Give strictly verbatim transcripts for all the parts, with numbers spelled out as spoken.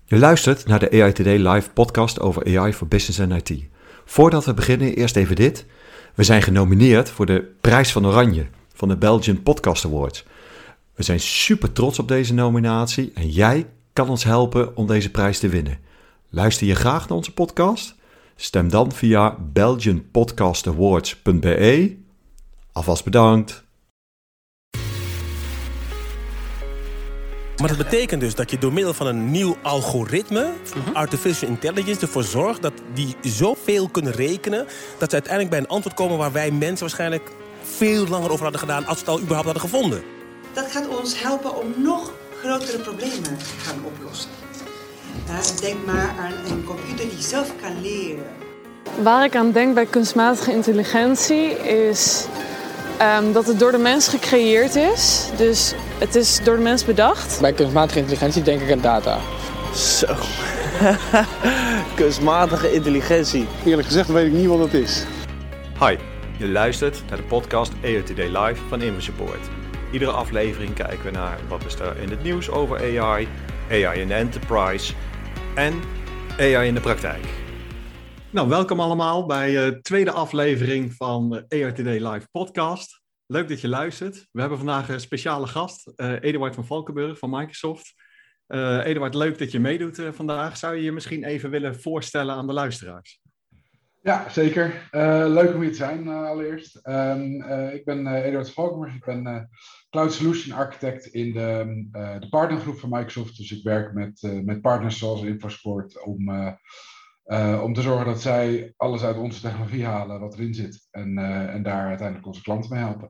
Je luistert naar de A I Today Live podcast over A I voor Business en I T. Voordat we beginnen, eerst even dit. We zijn genomineerd voor de Prijs van Oranje van de Belgian Podcast Awards. We zijn super trots op deze nominatie en jij kan ons helpen om deze prijs te winnen. Luister je graag naar onze podcast? Stem dan via belgian podcast awards punt b e. Alvast bedankt. Maar dat betekent dus dat je door middel van een nieuw algoritme, uh-huh. artificial intelligence, ervoor zorgt dat die zoveel kunnen rekenen, dat ze uiteindelijk bij een antwoord komen waar wij mensen waarschijnlijk veel langer over hadden gedaan als we het al überhaupt hadden gevonden. Dat gaat ons helpen om nog grotere problemen te gaan oplossen. Uh, denk maar aan een computer die zelf kan leren. Waar ik aan denk bij kunstmatige intelligentie is um, dat het door de mens gecreëerd is. Dus het is door de mens bedacht. Bij kunstmatige intelligentie denk ik aan data. Zo. Kunstmatige intelligentie. Eerlijk gezegd weet ik niet wat dat is. Hi, je luistert naar de podcast A I Today Live van InfoSupport. Iedere aflevering kijken we naar wat is er in het nieuws over A I, A I in de enterprise en A I in de praktijk. Nou, welkom allemaal bij de tweede aflevering van de A I Today Live podcast. Leuk dat je luistert. We hebben vandaag een speciale gast, uh, Eduard van Valkenburg van Microsoft. Uh, Eduard, leuk dat je meedoet uh, vandaag. Zou je je misschien even willen voorstellen aan de luisteraars? Ja, zeker. Uh, leuk om hier te zijn uh, allereerst. Um, uh, ik ben uh, Eduard van Valkenburg. Ik ben uh, Cloud Solution Architect in de, uh, de partnergroep van Microsoft. Dus ik werk met, uh, met partners zoals InfoSupport om, uh, uh, om te zorgen dat zij alles uit onze technologie halen wat erin zit. En, uh, en daar uiteindelijk onze klanten mee helpen.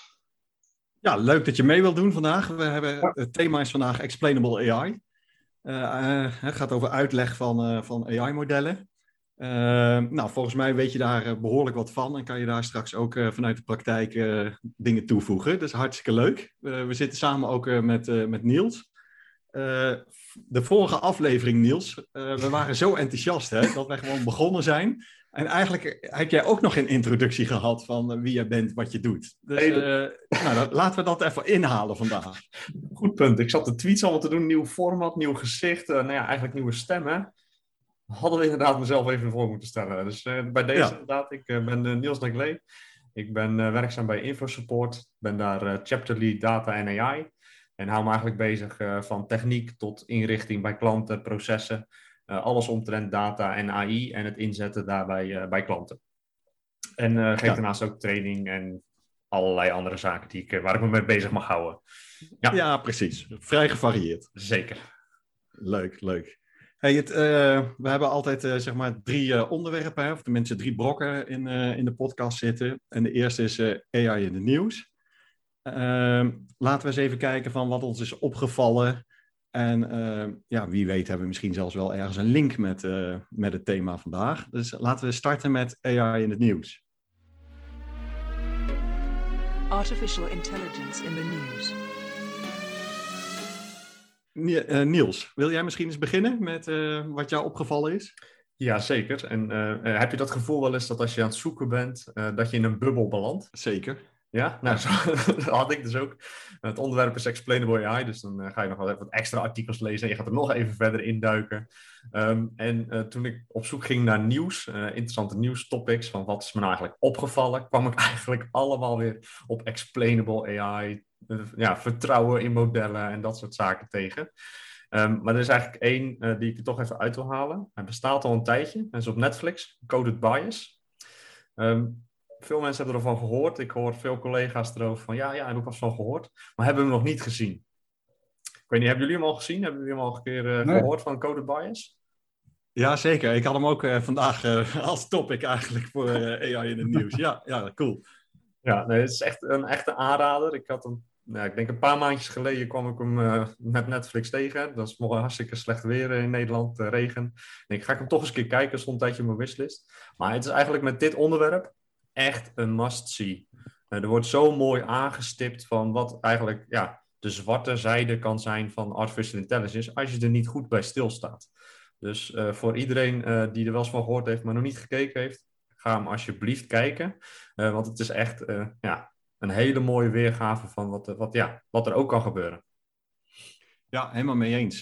Ja, leuk dat je mee wilt doen vandaag. We hebben, ja. Het thema is vandaag Explainable A I. Uh, uh, het gaat over uitleg van, uh, van A I-modellen. Uh, nou, volgens mij weet je daar uh, behoorlijk wat van en kan je daar straks ook uh, vanuit de praktijk uh, dingen toevoegen. Dat is hartstikke leuk. Uh, we zitten samen ook uh, met, uh, met Niels. Uh, de vorige aflevering, Niels, uh, we waren zo enthousiast hè, dat wij gewoon begonnen zijn. En eigenlijk heb jij ook nog een introductie gehad van uh, wie jij bent, wat je doet. Dus uh, nou, dat, laten we dat even inhalen vandaag. Goed punt. Ik zat de tweets allemaal te doen. Nieuw format, nieuw gezicht. Uh, nou ja, eigenlijk nieuwe stemmen. Hadden we inderdaad mezelf even voor moeten stellen. Dus uh, bij deze ja. inderdaad, ik uh, ben uh, Niels Neglee. Ik ben uh, werkzaam bij InfoSupport. Ben daar uh, chapter lead data en A I. En hou me eigenlijk bezig uh, van techniek tot inrichting bij klanten, processen. Uh, alles omtrent data en A I en het inzetten daarbij uh, bij klanten. En uh, geef ja. daarnaast ook training en allerlei andere zaken die ik, uh, waar ik me mee bezig mag houden. Ja, ja precies. Vrij gevarieerd. Zeker. Leuk, leuk. Hey, het, uh, we hebben altijd uh, zeg maar drie uh, onderwerpen, hè, of tenminste drie blokken in, uh, in de podcast zitten. En de eerste is uh, A I in het nieuws. Uh, laten we eens even kijken van wat ons is opgevallen. En uh, ja, wie weet hebben we misschien zelfs wel ergens een link met, uh, met het thema vandaag. Dus laten we starten met A I in het nieuws. Artificial intelligence in the news. Niels, wil jij misschien eens beginnen met uh, wat jou opgevallen is? Ja, zeker. En uh, heb je dat gevoel wel eens dat als je aan het zoeken bent, uh, dat je in een bubbel belandt? Zeker. Ja, nou, zo, dat had ik dus ook. Het onderwerp is Explainable A I, dus dan uh, ga je nog wel even wat extra artikels lezen en je gaat er nog even verder induiken. Um, en uh, toen ik op zoek ging naar nieuws, uh, interessante nieuwstopics, van wat is me nou eigenlijk opgevallen, kwam ik eigenlijk allemaal weer op Explainable A I, uh, ja, vertrouwen in modellen en dat soort zaken tegen. Um, maar er is eigenlijk één uh, die ik er toch even uit wil halen. Hij bestaat al een tijdje, hij is op Netflix, Coded Bias. Um, Veel mensen hebben ervan gehoord. Ik hoor veel collega's erover van ja, ja, heb ik wat van gehoord. Maar hebben we hem nog niet gezien. Ik weet niet, hebben jullie hem al gezien? Hebben jullie hem al een keer uh, nee. gehoord van Coded Bias? Ja, zeker. Ik had hem ook uh, vandaag uh, als topic eigenlijk voor uh, A I in het nieuws. Ja, ja, cool. Ja, nee, het is echt een echte aanrader. Ik had hem, nou, ik denk een paar maandjes geleden kwam ik hem uh, met Netflix tegen. Dat is nog hartstikke slecht weer in Nederland, uh, regen. En ik ga ik hem toch eens een keer kijken, stond een tijdje op mijn wishlist. Maar het is eigenlijk met dit onderwerp echt een must-see. Uh, er wordt zo mooi aangestipt van wat eigenlijk ja, de zwarte zijde kan zijn van artificial intelligence als je er niet goed bij stilstaat. Dus uh, voor iedereen uh, die er wel eens van gehoord heeft, maar nog niet gekeken heeft, ga hem alsjeblieft kijken. Uh, want het is echt uh, ja, een hele mooie weergave van wat, wat, ja, wat er ook kan gebeuren. Ja, helemaal mee eens.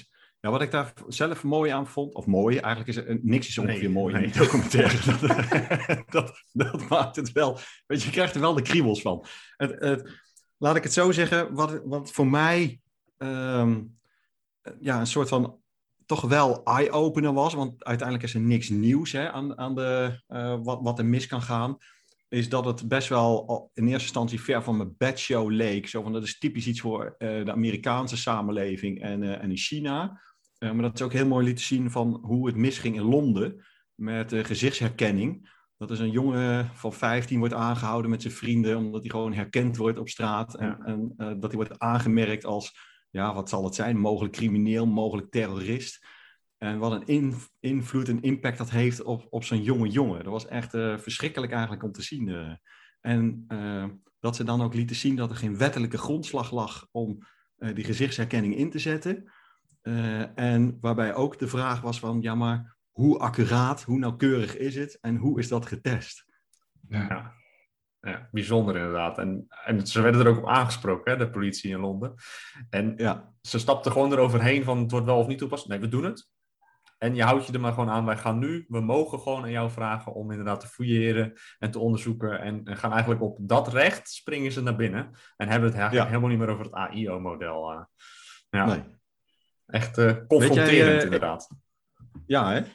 Ja, wat ik daar zelf mooi aan vond, of mooi, eigenlijk is er, niks is ongeveer Nee, mooi nee. in die documentaire. dat, dat, dat maakt het wel, weet je, je krijgt er wel de kriebels van. Het, het, laat ik het zo zeggen, wat, wat voor mij um, ja, een soort van toch wel eye-opener was, want uiteindelijk is er niks nieuws hè, aan, aan de, uh, wat, wat er mis kan gaan, is dat het best wel in eerste instantie ver van mijn bedshow leek. Zo van, dat is typisch iets voor uh, de Amerikaanse samenleving en, uh, en in China. Uh, maar dat is ook heel mooi liet zien van hoe het misging in Londen met uh, gezichtsherkenning. Dat is een jongen van vijftien wordt aangehouden met zijn vrienden, omdat hij gewoon herkend wordt op straat. En, Ja. en uh, dat hij wordt aangemerkt als, ja, wat zal het zijn? Mogelijk crimineel, mogelijk terrorist. En wat een in, invloed en impact dat heeft op, op zo'n jonge jongen. Dat was echt uh, verschrikkelijk eigenlijk om te zien. Uh. En uh, dat ze dan ook lieten zien dat er geen wettelijke grondslag lag om uh, die gezichtsherkenning in te zetten. Uh, en waarbij ook de vraag was van, ja maar hoe accuraat, hoe nauwkeurig is het en hoe is dat getest? Ja. Ja. Ja, bijzonder inderdaad. En, en ze werden er ook op aangesproken, hè, de politie in Londen. En ja. ze stapten gewoon eroverheen van het wordt wel of niet toepast. Nee, we doen het. En je houdt je er maar gewoon aan. Wij gaan nu, we mogen gewoon aan jou vragen om inderdaad te fouilleren en te onderzoeken. En, en gaan eigenlijk op dat recht springen ze naar binnen. En hebben het eigenlijk Ja. helemaal niet meer over het A I O-model. Uh, ja, Nee. echt uh, confronterend jij, uh, inderdaad. Ja, hè?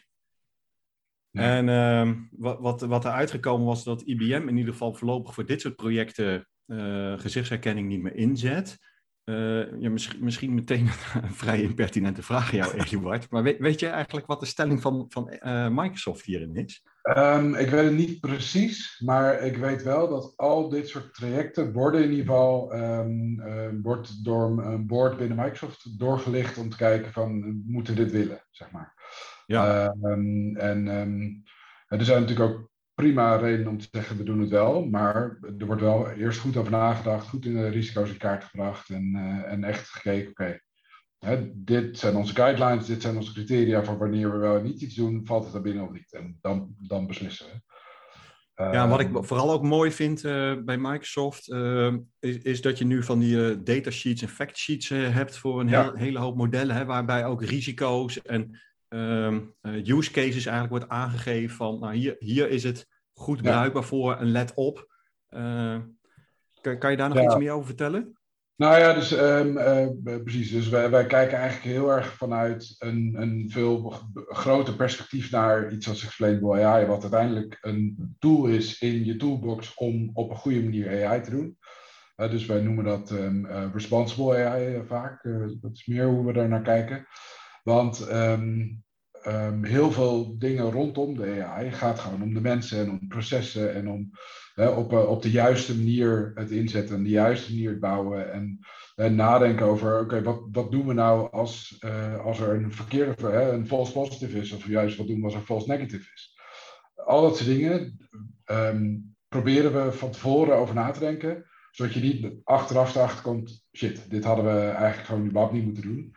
Ja. En uh, wat, wat, wat er uitgekomen was dat I B M in ieder geval voorlopig voor dit soort projecten uh, gezichtsherkenning niet meer inzet. Uh, ja, misschien, misschien meteen een vrij impertinente vraag aan jou, Eduard. Maar weet, weet jij eigenlijk wat de stelling van, van uh, Microsoft hierin is? Um, ik weet het niet precies, maar ik weet wel dat al dit soort trajecten worden in ieder geval um, uh, wordt door een board binnen Microsoft doorgelicht om te kijken van, we moeten dit willen, zeg maar. Ja. Uh, um, en um, er zijn natuurlijk ook prima redenen om te zeggen, we doen het wel, maar er wordt wel eerst goed over nagedacht, goed in de risico's in kaart gebracht en, uh, en echt gekeken, oké, okay, Hè, dit zijn onze guidelines, dit zijn onze criteria voor wanneer we wel en niet iets doen, valt het er binnen of niet. En dan, dan beslissen we. Uh, ja, wat ik vooral ook mooi vind uh, bij Microsoft, uh, is, is dat je nu van die uh, datasheets en factsheets uh, hebt voor een ja. heel, hele hoop modellen, hè, waarbij ook risico's en um, uh, use cases eigenlijk wordt aangegeven van, nou hier, hier is het goed ja. bruikbaar voor en let op. Uh, kan, kan je daar nog ja. iets meer over vertellen? Nou ja, dus um, uh, precies. Dus wij, wij kijken eigenlijk heel erg vanuit een, een veel groter perspectief naar iets als Explainable A I, wat uiteindelijk een tool is in je toolbox om op een goede manier A I te doen. Uh, dus wij noemen dat um, uh, Responsible A I uh, vaak. Uh, dat is meer hoe we daar naar kijken. Want um, um, heel veel dingen rondom de A I gaat gewoon om de mensen en om processen en om He, op, uh, op de juiste manier het inzetten en de juiste manier het bouwen en, en nadenken over, oké, okay, wat, wat doen we nou als, uh, als er een verkeerde, hè, een false positive is, of juist wat doen we als er false negative is. Al dat soort dingen um, proberen we van tevoren over na te denken, zodat je niet achteraf erachter komt, shit, dit hadden we eigenlijk gewoon überhaupt niet moeten doen.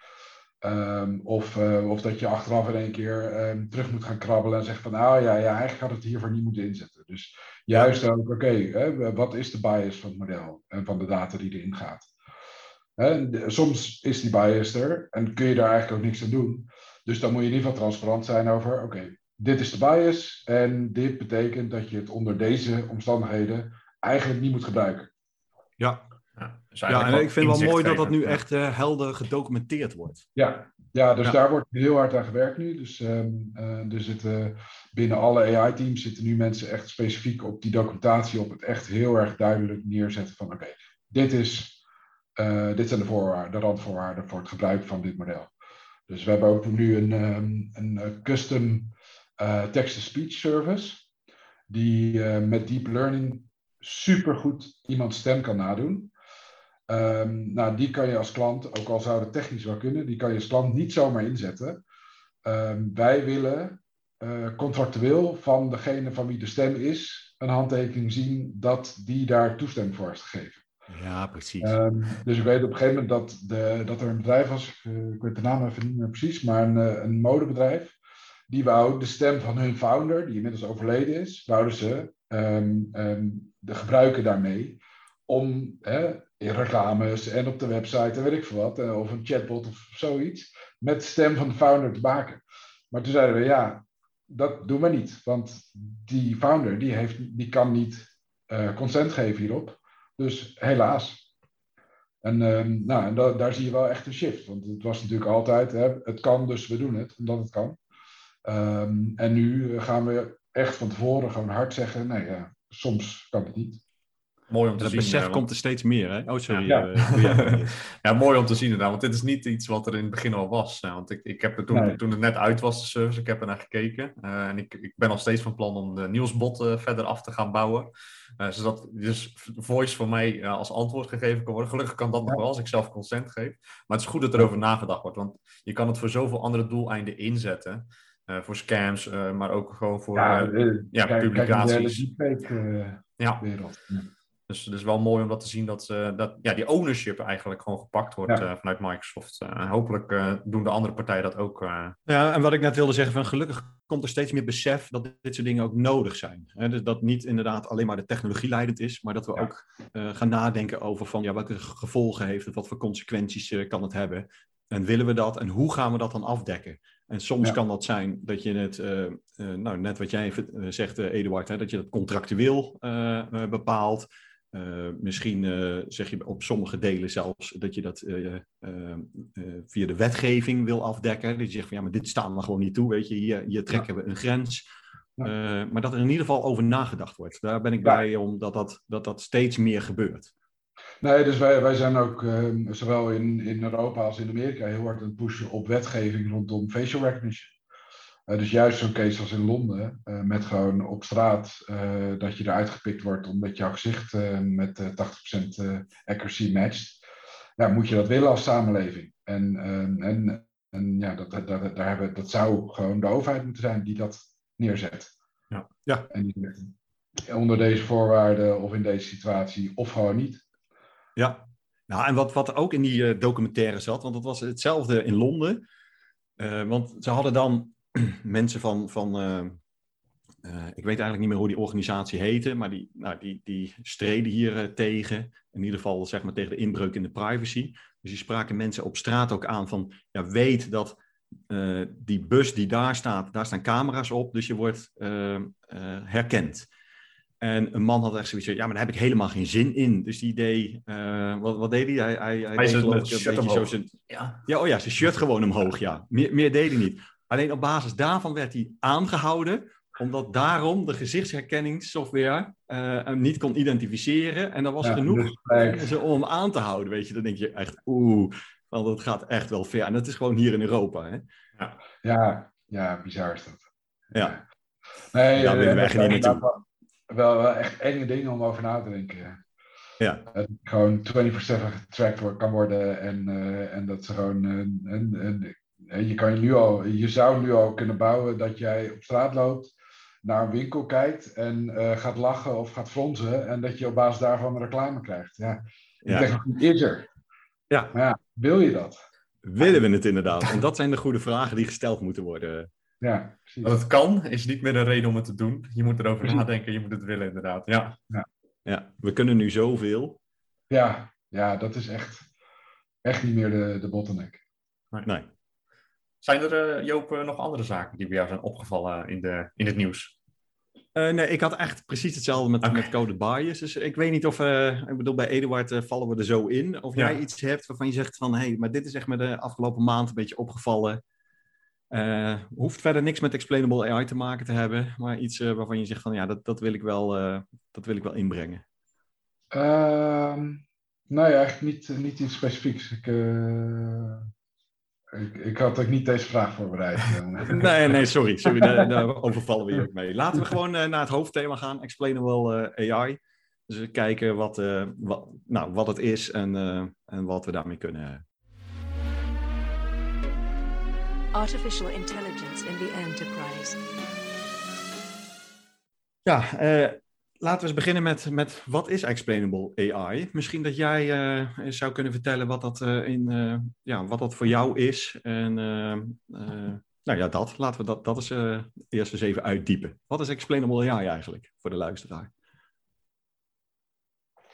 Um, of, uh, of dat je achteraf in één keer um, terug moet gaan krabbelen en zeggen van, nou ja, ja, eigenlijk had het hiervoor niet moeten inzetten. Dus juist ook, oké, okay, wat is de bias van het model en van de data die erin gaat? Hè, de, soms is die bias er en kun je daar eigenlijk ook niks aan doen. Dus dan moet je in ieder geval transparant zijn over, oké, okay, dit is de bias en dit betekent dat je het onder deze omstandigheden eigenlijk niet moet gebruiken. Ja. Ja, ja, en ik vind het wel mooi dat dat nu echt uh, helder gedocumenteerd wordt. Ja, ja dus ja. daar wordt heel hard aan gewerkt nu. Dus um, uh, er zitten binnen alle A I-teams zitten nu mensen echt specifiek op die documentatie, op het echt heel erg duidelijk neerzetten van oké, okay, dit is, uh, dit zijn de voorwaarden, de randvoorwaarden voor het gebruik van dit model. Dus we hebben ook nu een, um, een custom uh, text-to-speech service die uh, met deep learning supergoed iemands stem kan nadoen. Um, nou, die kan je als klant, ook al zou het technisch wel kunnen, die kan je als klant niet zomaar inzetten. Um, wij willen uh, contractueel van degene van wie de stem is, een handtekening zien dat die daar toestemming voor heeft gegeven. Ja, precies. Um, dus ik weet op een gegeven moment dat, de, dat er een bedrijf was, uh, ik weet de naam even niet meer precies, maar een, een modebedrijf, die wou de stem van hun founder, die inmiddels overleden is, wouden ze um, um, de gebruiken daarmee om hè, in reclames en op de website en weet ik veel wat, uh, of een chatbot of zoiets, met de stem van de founder te maken. Maar toen zeiden we, ja, dat doen we niet. Want die founder, die, heeft, die kan niet uh, consent geven hierop. Dus helaas. En, uh, nou, en da- daar zie je wel echt een shift. Want het was natuurlijk altijd, hè, het kan, dus we doen het, omdat het kan. Um, en nu gaan we echt van tevoren gewoon hard zeggen, nee, ja, soms kan het niet. Mooi om te Dat zien. besef uh, komt er steeds meer, hè? Oh, sorry. Ja. Uh, doe jij het niet. Ja, mooi om te zien inderdaad, want dit is niet iets wat er in het begin al was. Uh, want ik, ik heb er toen, Nee. toen het net uit was, de service, ik heb er naar gekeken. Uh, en ik, ik ben nog steeds van plan om de nieuwsbot uh, verder af te gaan bouwen. Uh, zodat dus voice voor mij uh, als antwoord gegeven kan worden. Gelukkig kan dat nog wel als ik zelf consent geef. Maar het is goed dat er over nagedacht wordt, want je kan het voor zoveel andere doeleinden inzetten. Uh, voor scams, uh, maar ook gewoon voor Ja, uh, uh, ja, kijk, publicaties. Kijk naar de deepfake-wereld. Ja. Ja. Dus het is wel mooi om dat te zien dat, uh, dat ja, die ownership eigenlijk gewoon gepakt wordt Ja. uh, vanuit Microsoft. Uh, hopelijk uh, doen de andere partijen dat ook. Uh... Ja, en wat ik net wilde zeggen, van gelukkig komt er steeds meer besef dat dit soort dingen ook nodig zijn. Hè? Dus dat niet inderdaad alleen maar de technologie leidend is, maar dat we Ja. ook uh, gaan nadenken over van ja, welke gevolgen heeft het, wat voor consequenties uh, kan het hebben. En willen we dat en hoe gaan we dat dan afdekken? En soms Ja. kan dat zijn dat je het, uh, uh, nou net wat jij uh, zegt uh, Eduard, hè, dat je dat contractueel uh, uh, bepaalt. Uh, misschien uh, zeg je op sommige delen zelfs dat je dat uh, uh, uh, via de wetgeving wil afdekken. Dat je zegt van ja, maar dit staan we gewoon niet toe, weet je. Hier, hier trekken we een grens. Uh, maar dat er in ieder geval over nagedacht wordt. Daar ben ik Ja. blij om dat dat, dat dat steeds meer gebeurt. Nee, dus wij, wij zijn ook uh, zowel in, in Europa als in Amerika heel hard aan het pushen op wetgeving rondom facial recognition. Uh, dus juist zo'n case als in Londen, uh, met gewoon op straat uh, dat je eruit gepikt wordt omdat jouw gezicht uh, met uh, tachtig procent uh, accuracy matcht. Ja, moet je dat willen als samenleving? En, uh, en, en ja, dat, dat, dat, daar hebben, dat zou gewoon de overheid moeten zijn die dat neerzet. Ja. Ja. En die, onder deze voorwaarden of in deze situatie of gewoon niet. Ja, nou en wat, wat ook in die uh, documentaire zat, want dat was hetzelfde in Londen. Uh, want ze hadden dan mensen van, van uh, uh, ik weet eigenlijk niet meer hoe die organisatie heette, maar die, nou, die, die streden hier uh, tegen, in ieder geval zeg maar tegen de inbreuk in de privacy. Dus die spraken mensen op straat ook aan van, ja, weet dat uh, die bus die daar staat, daar staan camera's op, dus je wordt uh, uh, herkend. En een man had echt zoiets van, ja, maar daar heb ik helemaal geen zin in. Dus die deed, uh, wat, wat deed hij? Hij, hij, hij, hij deed geloof met ik een shirt beetje zo omhoog. zijn... Ja. Ja, oh ja, zijn shirt gewoon omhoog, ja. Meer, meer deed hij niet. Alleen op basis daarvan werd hij aangehouden, omdat daarom de gezichtsherkenningssoftware uh, hem niet kon identificeren. En dat was Ja, genoeg dus, om, om hem aan te houden, weet je. Dan denk je echt, oeh, want dat gaat echt wel ver. En dat is gewoon hier in Europa, hè. Ja, ja, ja, bizar is dat. Ja. Nee, Daar willen we eh, echt niet naartoe. Wel, wel, wel echt enge dingen om over na te denken. Ja. Dat het gewoon vierentwintig zeven getracked kan worden en, uh, en dat ze gewoon... Uh, en, en, en je, kan je, nu al, je zou nu al kunnen bouwen dat jij op straat loopt, naar een winkel kijkt en uh, gaat lachen of gaat fronsen en dat je op basis daarvan een reclame krijgt. Ja, Ja. ik denk, is er? Ja. Maar ja, wil je dat? Willen we het inderdaad? En dat zijn de goede vragen die gesteld moeten worden. Ja, precies. Dat het kan, is niet meer een reden om het te doen. Je moet erover Precies. nadenken, je moet het willen inderdaad. Ja. Ja. Ja, we kunnen nu zoveel. Ja, ja, dat is echt, echt niet meer de, de bottleneck. Nee. Zijn er, uh, Joop, uh, nog andere zaken die bij jou zijn opgevallen in, de, in het nieuws? Uh, nee, ik had echt precies hetzelfde met, Okay. met coded bias. Dus ik weet niet of, uh, ik bedoel, bij Eduard uh, vallen we er zo in. Of Ja. jij iets hebt waarvan je zegt van, hé, hey, maar dit is echt me de afgelopen maand een beetje opgevallen. Uh, hoeft verder niks met explainable A I te maken te hebben, maar iets uh, waarvan je zegt van, ja, dat, dat, wil, ik wel, uh, dat wil ik wel inbrengen. Uh, nee, eigenlijk niet, niet iets specifieks. Ik, uh, ik, ik had ook niet deze vraag voorbereid. nee, nee, sorry. sorry daar, daar overvallen we je ook mee. Laten we gewoon uh, naar het hoofdthema gaan, explainable uh, A I. Dus we kijken wat, uh, wat, nou, wat het is en, uh, en wat we daarmee kunnen. Artificial intelligence in the enterprise. Ja, uh, laten we eens beginnen met, met wat is explainable A I? Misschien dat jij uh, zou kunnen vertellen wat dat, uh, in, uh, ja, wat dat voor jou is. En uh, uh, nou ja, dat. Laten we dat, dat eens, uh, eerst eens even uitdiepen. Wat is explainable A I eigenlijk voor de luisteraar?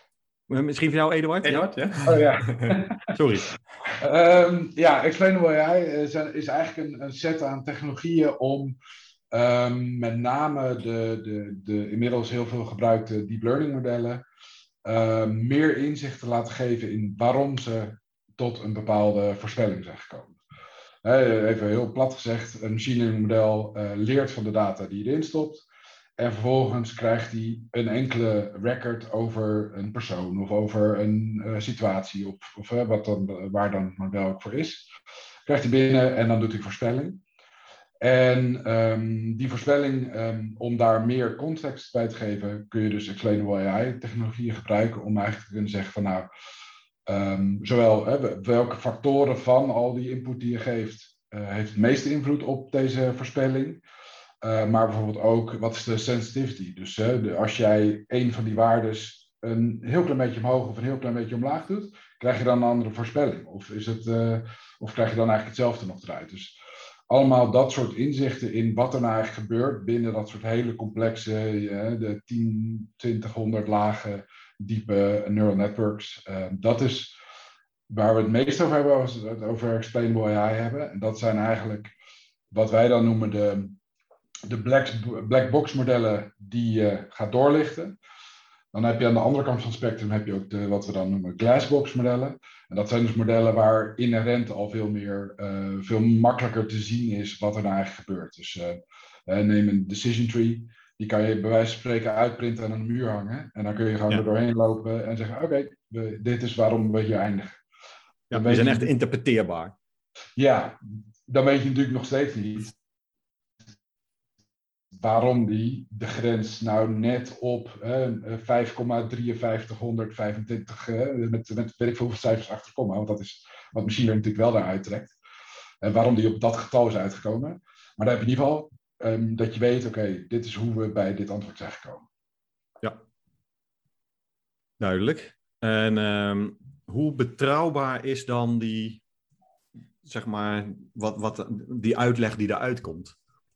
Misschien voor jou, Eduard? Eduard, ja? ja? Oh ja. Sorry. Um, ja, Explainable A I is, is eigenlijk een, een set aan technologieën om um, met name de, de, de inmiddels heel veel gebruikte deep learning modellen um, meer inzicht te laten geven in waarom ze tot een bepaalde voorspelling zijn gekomen. He, even heel plat gezegd, een machine learning model uh, leert van de data die je erin stopt. En vervolgens krijgt hij een enkele record over een persoon of over een uh, situatie of, of uh, wat dan, waar dan het model ook voor is. Krijgt hij binnen en dan doet hij voorspelling. En um, die voorspelling, um, om daar meer context bij te geven, kun je dus Explainable A I-technologieën gebruiken om eigenlijk te kunnen zeggen van nou, um, zowel hè, welke factoren van al die input die je geeft, uh, heeft het meeste invloed op deze voorspelling. Uh, maar bijvoorbeeld ook, wat is de sensitivity? Dus uh, de, als jij een van die waardes een heel klein beetje omhoog of een heel klein beetje omlaag doet, krijg je dan een andere voorspelling? Of, is het, uh, of krijg je dan eigenlijk hetzelfde nog eruit? Dus allemaal dat soort inzichten in wat er nou eigenlijk gebeurt binnen dat soort hele complexe, uh, de tien, twintig, honderd lagen, diepe neural networks. Uh, dat is waar we het meest over hebben als we het over Explainable A I hebben. En dat zijn eigenlijk wat wij dan noemen de... de black, black box modellen die je gaat doorlichten. Dan heb je aan de andere kant van het spectrum heb je ook de, wat we dan noemen glassbox modellen. En dat zijn dus modellen waar inherent al veel meer, uh, veel makkelijker te zien is wat er nou eigenlijk gebeurt. Dus uh, neem een decision tree. Die kan je bij wijze van spreken uitprinten en aan de muur hangen. En dan kun je gewoon ja. er doorheen lopen en zeggen, oké, okay, dit is waarom we hier eindigen. Ja, die zijn echt interpreteerbaar. Ja, dan weet je natuurlijk nog steeds niet waarom die de grens nou net op eh, vijf komma vijf drie vier vijfentwintig eh, met, met weet ik veel cijfers achter komen, want dat is wat machine learning natuurlijk wel daar uittrekt. En waarom die op dat getal is uitgekomen. Maar dan heb je in ieder geval um, dat je weet, oké, okay, dit is hoe we bij dit antwoord zijn gekomen. Ja, duidelijk. En um, hoe betrouwbaar is dan die, zeg maar, wat, wat, die uitleg die eruit komt?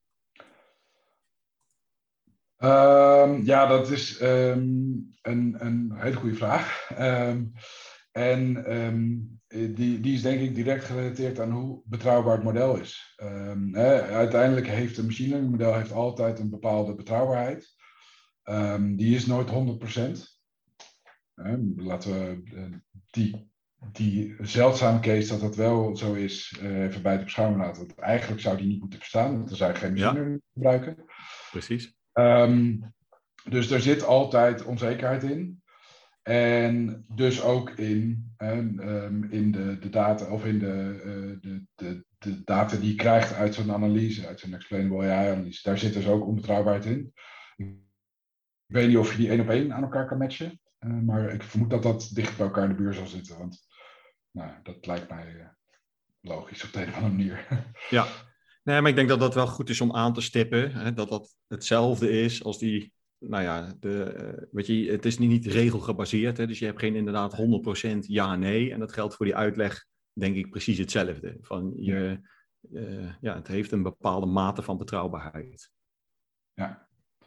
Um, ja, dat is um, een, een hele goede vraag. Um, en um, die, die is denk ik direct gerelateerd aan hoe betrouwbaar het model is. Um, hè, uiteindelijk heeft een machine learning model heeft altijd een bepaalde betrouwbaarheid. Um, die is nooit honderd procent. Um, laten we uh, die, die zeldzame case dat dat wel zo is, uh, even bij de beschouwing laten. Want eigenlijk zou die niet moeten bestaan, want dan zou je geen machine learning ja. gebruiken. Precies. Um, dus er zit altijd onzekerheid in. En dus ook in, um, in de, de data of in de, uh, de, de, de data die je krijgt uit zo'n analyse, uit zo'n Explainable A I-analyse. Daar zit dus ook onbetrouwbaarheid in. Ik weet niet of je die één op één aan elkaar kan matchen, uh, maar ik vermoed dat dat dicht bij elkaar in de buurt zal zitten. Want nou, dat lijkt mij uh, logisch op de een of andere manier. Ja. Nee, maar ik denk dat dat wel goed is om aan te stippen. Hè, dat dat hetzelfde is als die, nou ja, de, weet je, het is niet, niet regelgebaseerd. Hè, dus je hebt geen inderdaad honderd procent ja-nee. En dat geldt voor die uitleg, denk ik, precies hetzelfde. Van je, uh, ja, het heeft een bepaalde mate van betrouwbaarheid. Ja.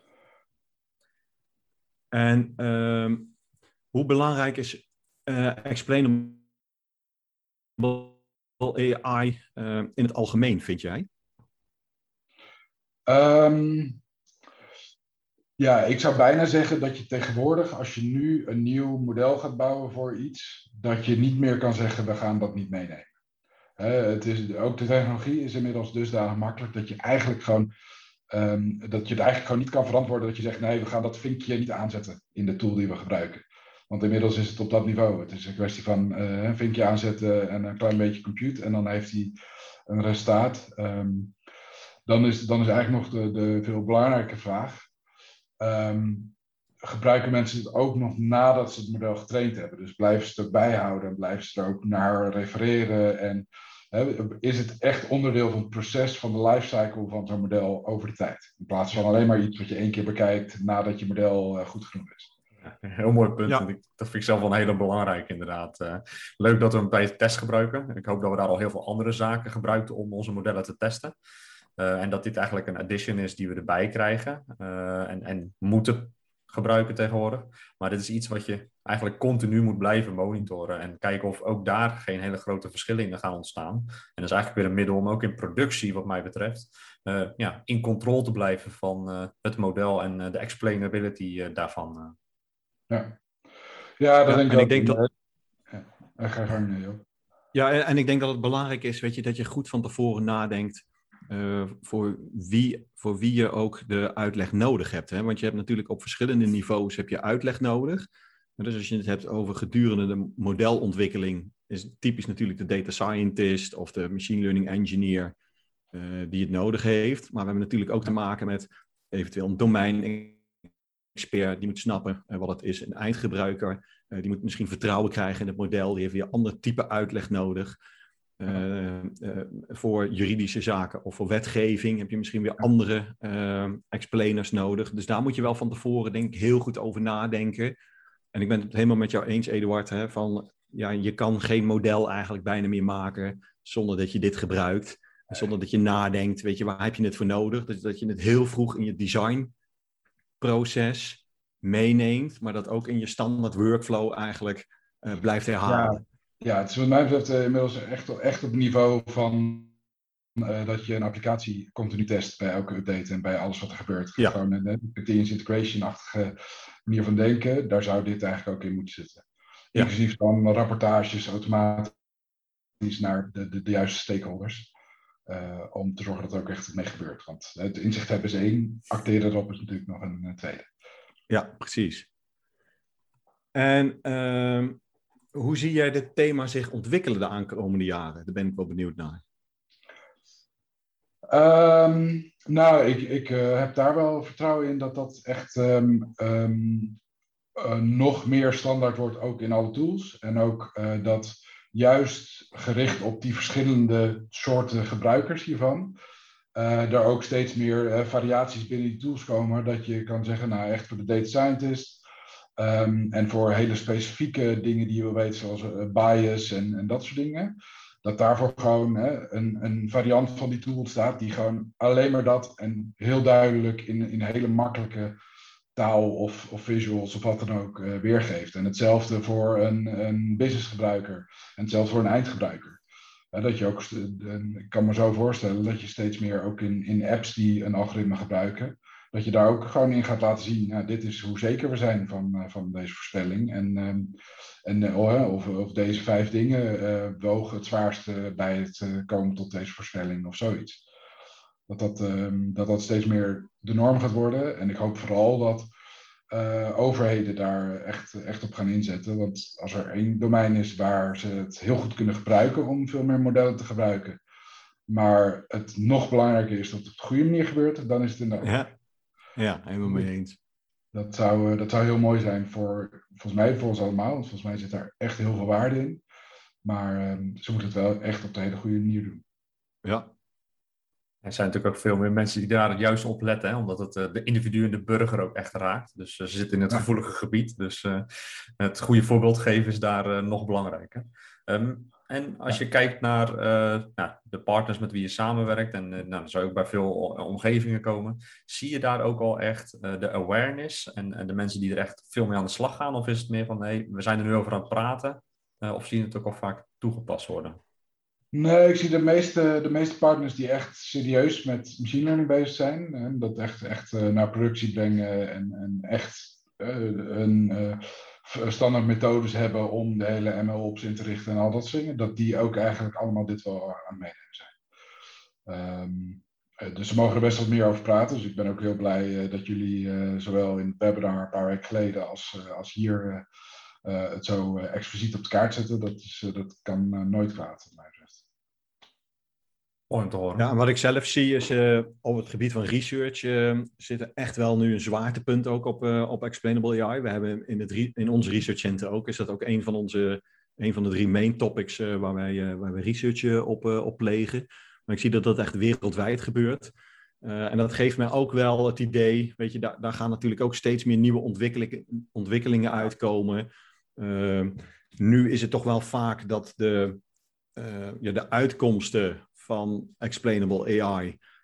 En uh, hoe belangrijk is uh, Explainable A I uh, in het algemeen, vind jij? Um, ja, ik zou bijna zeggen dat je tegenwoordig, als je nu een nieuw model gaat bouwen voor iets, dat je niet meer kan zeggen, we gaan dat niet meenemen. Uh, het is, ook de technologie is inmiddels dusdanig makkelijk dat je eigenlijk gewoon, um, dat je het eigenlijk gewoon niet kan verantwoorden dat je zegt, nee, we gaan dat vinkje niet aanzetten in de tool die we gebruiken. Want inmiddels is het op dat niveau. Het is een kwestie van uh, een vinkje aanzetten en een klein beetje compute en dan heeft hij een resultaat. Um, Dan is, dan is eigenlijk nog de, de veel belangrijke vraag. Um, gebruiken mensen het ook nog nadat ze het model getraind hebben? Dus blijven ze het bijhouden en blijven ze er ook naar refereren? En he, is het echt onderdeel van het proces van de lifecycle van zo'n model over de tijd? In plaats van alleen maar iets wat je één keer bekijkt nadat je model uh, goed genoeg is. Ja, heel mooi punt. Ja. Dat vind ik zelf wel een hele belangrijke inderdaad. Uh, leuk dat we hem bij het test gebruiken. Ik hoop dat we daar al heel veel andere zaken gebruiken om onze modellen te testen. Uh, en dat dit eigenlijk een addition is die we erbij krijgen uh, en, en moeten gebruiken tegenwoordig. Maar dit is iets wat je eigenlijk continu moet blijven monitoren en kijken of ook daar geen hele grote verschillen in gaan ontstaan. En dat is eigenlijk weer een middel om ook in productie, wat mij betreft, uh, ja, in controle te blijven van uh, het model en uh, de explainability uh, daarvan. Uh. Ja. ja, dat ja, denk en ik ik denk dat... Ja, ga gang, joh. Ja, en, en ik denk dat het belangrijk is, weet je, dat je goed van tevoren nadenkt uh, voor, wie, voor wie je ook de uitleg nodig hebt. Hè? Want je hebt natuurlijk op verschillende niveaus heb je uitleg nodig. Dus als je het hebt over gedurende de modelontwikkeling, is het typisch natuurlijk de data scientist of de machine learning engineer uh, die het nodig heeft. Maar we hebben natuurlijk ook te maken met eventueel een domein-expert die moet snappen uh, wat het is. Een eindgebruiker, uh, die moet misschien vertrouwen krijgen in het model. Die heeft weer ander type uitleg nodig. Uh, uh, voor juridische zaken of voor wetgeving heb je misschien weer andere uh, explainers nodig. Dus daar moet je wel van tevoren denk ik heel goed over nadenken. En ik ben het helemaal met jou eens, Eduard, hè, van ja, je kan geen model eigenlijk bijna meer maken zonder dat je dit gebruikt. En zonder dat je nadenkt, weet je, waar heb je het voor nodig? Dus dat je het heel vroeg in je designproces meeneemt, maar dat ook in je standaard workflow eigenlijk uh, blijft herhalen. Ja, ja, het is wat mij betreft uh, inmiddels echt, echt op het niveau van uh, dat je een applicatie continu test bij elke update en bij alles wat er gebeurt. Ja. Gewoon een continuous integration-achtige manier van denken, daar zou dit eigenlijk ook in moeten zitten. Ja. Inclusief dan rapportages automatisch naar de, de, de juiste stakeholders. Uh, om te zorgen dat er ook echt mee gebeurt. Want het inzicht hebben is één, acteren erop is natuurlijk nog een, een tweede. Ja, precies. En uh, hoe zie jij dit thema zich ontwikkelen de aankomende jaren? Daar ben ik wel benieuwd naar. Um, nou, ik, ik uh, heb daar wel vertrouwen in dat dat echt um, um, uh, nog meer standaard wordt, ook in alle tools. En ook uh, dat juist gericht op die verschillende soorten gebruikers hiervan, uh, er ook steeds meer uh, variaties binnen die tools komen. Dat je kan zeggen, nou echt voor de data scientist um, en voor hele specifieke dingen die je wil weten, zoals uh, bias en, en dat soort dingen. Dat daarvoor gewoon hè, een, een variant van die tool staat die gewoon alleen maar dat en heel duidelijk in, in hele makkelijke taal of, of visuals of wat dan ook uh, weergeeft. En hetzelfde voor een, een businessgebruiker en hetzelfde voor een eindgebruiker. Ja, dat je ook, uh, ik kan me zo voorstellen dat je steeds meer ook in, in apps die een algoritme gebruiken, dat je daar ook gewoon in gaat laten zien, nou, dit is hoe zeker we zijn van, uh, van deze voorspelling. En, um, en uh, of, of deze vijf dingen uh, wogen het zwaarste bij het uh, komen tot deze voorspelling of zoiets. Dat dat, um, dat dat steeds meer de norm gaat worden. En ik hoop vooral dat uh, overheden daar echt, echt op gaan inzetten. Want als er één domein is waar ze het heel goed kunnen gebruiken om veel meer modellen te gebruiken, maar het nog belangrijker is dat het op de goede manier gebeurt, dan is het inderdaad. Ja, ja, helemaal mee eens. Dat zou, dat zou heel mooi zijn voor, volgens mij, voor ons allemaal. Want volgens mij zit daar echt heel veel waarde in. Maar um, ze moeten het wel echt op de hele goede manier doen. Ja. Er zijn natuurlijk ook veel meer mensen die daar het juist op letten. Hè? Omdat het uh, de individu en de burger ook echt raakt. Dus uh, ze zitten in het ja. gevoelige gebied. Dus uh, het goede voorbeeld geven is daar uh, nog belangrijker. Um, en als je kijkt naar uh, nou, de partners met wie je samenwerkt, en uh, nou, dan zou je ook bij veel omgevingen komen, zie je daar ook al echt uh, de awareness en, en de mensen die er echt veel mee aan de slag gaan? Of is het meer van, hey, we zijn er nu over aan het praten, uh, of zie je het ook al vaak toegepast worden? Nee, ik zie de meeste, de meeste partners die echt serieus met machine learning bezig zijn, en dat echt, echt uh, naar productie brengen en, en echt uh, een... Uh, standaard methodes hebben om de hele M L Ops in te richten en al dat soort dingen, dat die ook eigenlijk allemaal dit wel aan meenemen zijn. Um, dus ze mogen er best wat meer over praten. Dus ik ben ook heel blij uh, dat jullie uh, zowel in het webinar een paar weken geleden als, uh, als hier uh, uh, het zo uh, expliciet op de kaart zetten. Dat, is, uh, dat kan uh, nooit kwaad, wat mij betreft. Mooi om te horen. Ja, en wat ik zelf zie is uh, op het gebied van research uh, zit er echt wel nu een zwaartepunt ook op, uh, op Explainable A I. We hebben in, het re- in ons research center ook, is dat ook een van onze, een van de drie main topics uh, waar wij, uh, waar wij research uh, op, uh, op plegen. Maar ik zie dat dat echt wereldwijd gebeurt. Uh, en dat geeft mij ook wel het idee, weet je, daar, daar gaan natuurlijk ook steeds meer nieuwe ontwikkelingen, ontwikkelingen uitkomen. Uh, nu is het toch wel vaak dat de, uh, ja, de uitkomsten van Explainable A I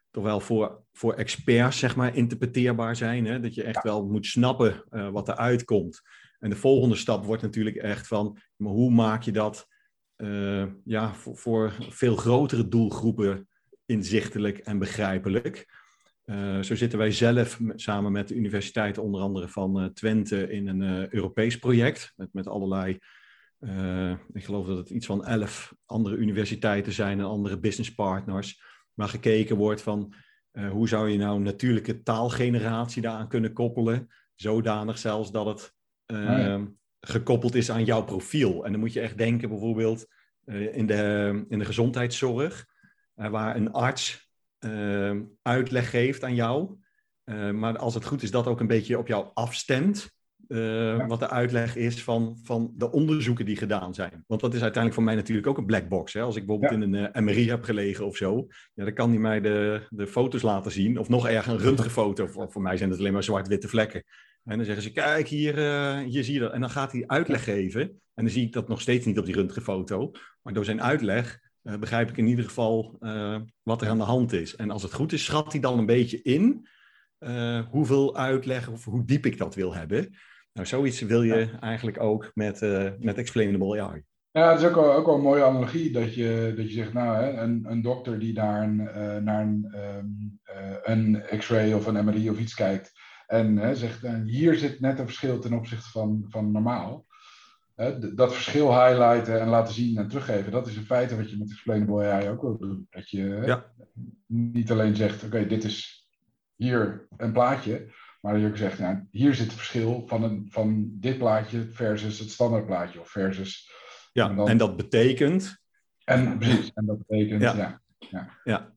toch wel voor, voor experts, zeg maar, interpreteerbaar zijn. Hè? Dat je echt wel moet snappen uh, wat er uitkomt. En de volgende stap wordt natuurlijk echt van, maar hoe maak je dat uh, ja, voor, voor veel grotere doelgroepen inzichtelijk en begrijpelijk. Uh, zo zitten wij zelf m- samen met de universiteiten, onder andere van uh, Twente, in een uh, Europees project. Met, met allerlei, uh, ik geloof dat het iets van elf andere universiteiten zijn en andere businesspartners. Waar gekeken wordt van, uh, hoe zou je nou natuurlijke taalgeneratie daaraan kunnen koppelen. Zodanig zelfs dat het uh, oh ja. gekoppeld is aan jouw profiel. En dan moet je echt denken bijvoorbeeld uh, in, de, in de gezondheidszorg. Uh, waar een arts uh, uitleg geeft aan jou. Uh, maar als het goed is, dat ook een beetje op jou afstemt. Uh, ja. Wat de uitleg is van, van de onderzoeken die gedaan zijn. Want dat is uiteindelijk voor mij natuurlijk ook een black box. Hè? Als ik bijvoorbeeld ja. in een uh, M R I heb gelegen of zo. Ja, dan kan hij mij de, de foto's laten zien. Of nog erger een röntgenfoto. Voor, voor mij zijn het alleen maar zwart-witte vlekken. En dan zeggen ze, kijk, hier, uh, hier zie je dat. En dan gaat hij uitleg geven. En dan zie ik dat nog steeds niet op die röntgenfoto. Maar door zijn uitleg Uh, begrijp ik in ieder geval uh, wat er aan de hand is. En als het goed is, schat hij dan een beetje in uh, hoeveel uitleg of hoe diep ik dat wil hebben. Nou, zoiets wil je ja. eigenlijk ook met, uh, met Explainable A I. Ja, het is ook wel, ook wel een mooie analogie dat je, dat je zegt, nou, hè, een, een dokter die naar een, uh, naar een, um, uh, een x-ray of een M R I of iets kijkt en uh, zegt, uh, hier zit net een verschil ten opzichte van, van normaal. Uh, dat verschil highlighten en laten zien en teruggeven, dat is in feite wat je met Explainable A I ook wil doen. Dat je ja. niet alleen zegt, oké, okay, dit is hier een plaatje, maar dat je ook zegt, nou, hier zit het verschil van, een, van dit plaatje versus het standaard plaatje of versus... Ja, en, dan, en dat betekent... En precies, en dat betekent, ja. ja, ja. ja.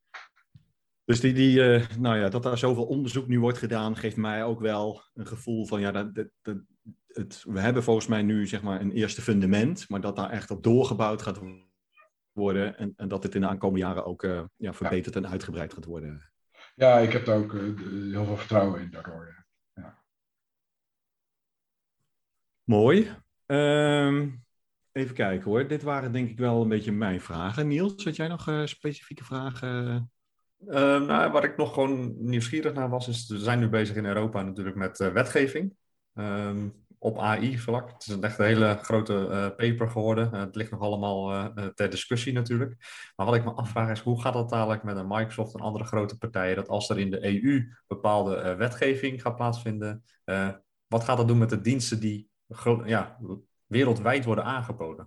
Dus die, die, uh, nou ja, dat daar zoveel onderzoek nu wordt gedaan, geeft mij ook wel een gevoel van, ja, dat, dat, dat, het, we hebben volgens mij nu zeg maar een eerste fundament, maar dat daar echt op doorgebouwd gaat worden en, en dat het in de aankomende jaren ook uh, ja, verbeterd ja. en uitgebreid gaat worden. Ja, ik heb daar ook uh, heel veel vertrouwen in daardoor. Ja. Ja. Mooi. Um, even kijken hoor, dit waren denk ik wel een beetje mijn vragen. Niels, had jij nog uh, specifieke vragen? Uh, nou, waar ik nog gewoon nieuwsgierig naar was, is we zijn nu bezig in Europa natuurlijk met uh, wetgeving um, op A I-vlak. Het is een echt een hele grote uh, paper geworden. Uh, het ligt nog allemaal uh, ter discussie natuurlijk. Maar wat ik me afvraag is, hoe gaat dat dadelijk met een Microsoft en andere grote partijen, dat als er in de E U bepaalde uh, wetgeving gaat plaatsvinden, uh, wat gaat dat doen met de diensten die gro- ja, wereldwijd worden aangeboden?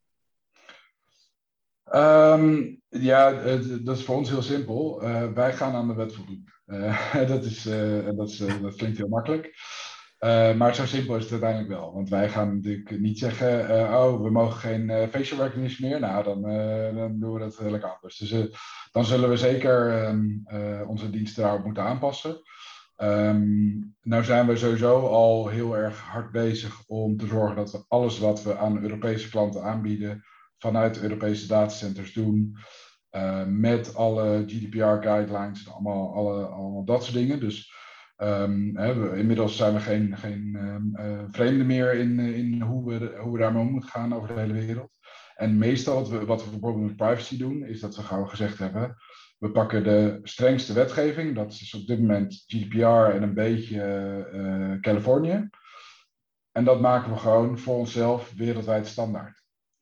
Um, ja, het, dat is voor ons heel simpel. Uh, wij gaan aan de wet voldoen. Uh, dat, is, uh, dat, is, uh, dat klinkt heel makkelijk. Uh, maar zo simpel is het uiteindelijk wel. Want wij gaan natuurlijk niet zeggen, uh, oh, we mogen geen uh, facial recognition meer. Nou, dan, uh, dan doen we dat lekker anders. Dus uh, dan zullen we zeker um, uh, onze diensten daarop moeten aanpassen. Um, nou zijn we sowieso al heel erg hard bezig om te zorgen dat we alles wat we aan Europese klanten aanbieden vanuit Europese datacenters doen, uh, met alle G D P R-guidelines en allemaal, alle, allemaal dat soort dingen. Dus um, hè, we, inmiddels zijn we geen, geen um, uh, vreemden meer in, in hoe, we, hoe we daarmee om moeten gaan over de hele wereld. En meestal wat we, wat we bijvoorbeeld met privacy doen, is dat we gauw gezegd hebben, we pakken de strengste wetgeving, dat is op dit moment G D P R en een beetje uh, Californië. En dat maken we gewoon voor onszelf wereldwijd standaard.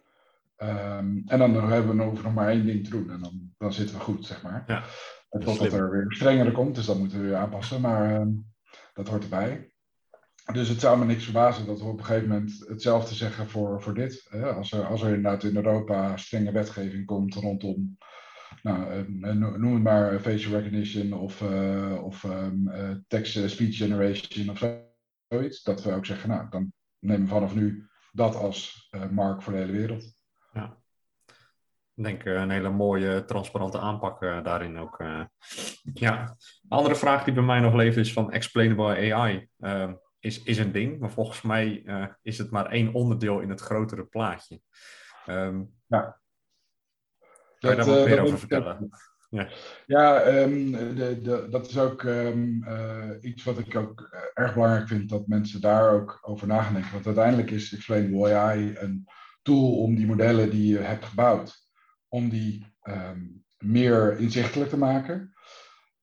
Um, en dan hebben we nog, nog maar één ding te doen en dan, dan zitten we goed, zeg maar. Ja, totdat er weer strengere komt, dus dat moeten we weer aanpassen, maar um, dat hoort erbij. Dus het zou me niks verbazen dat we op een gegeven moment hetzelfde zeggen voor, voor dit. Hè? Als, er, als er inderdaad in Europa strenge wetgeving komt rondom, nou, noem het maar facial recognition of, uh, of um, uh, text-speech generation of zoiets. Dat we ook zeggen, nou, dan nemen we vanaf nu dat als uh, mark voor de hele wereld. Ja, ik denk uh, een hele mooie, transparante aanpak uh, daarin ook. Uh, ja, een andere vraag die bij mij nog leeft is van Explainable A I. Uh, is, is een ding, maar volgens mij uh, is het maar één onderdeel in het grotere plaatje. Um, ja. Kan je daar wat uh, meer over vertellen? Ja, ja um, de, de, dat is ook um, uh, iets wat ik ook erg belangrijk vind, dat mensen daar ook over na gaan denken. Want uiteindelijk is Explainable A I een tool om die modellen die je hebt gebouwd, om die um, meer inzichtelijk te maken.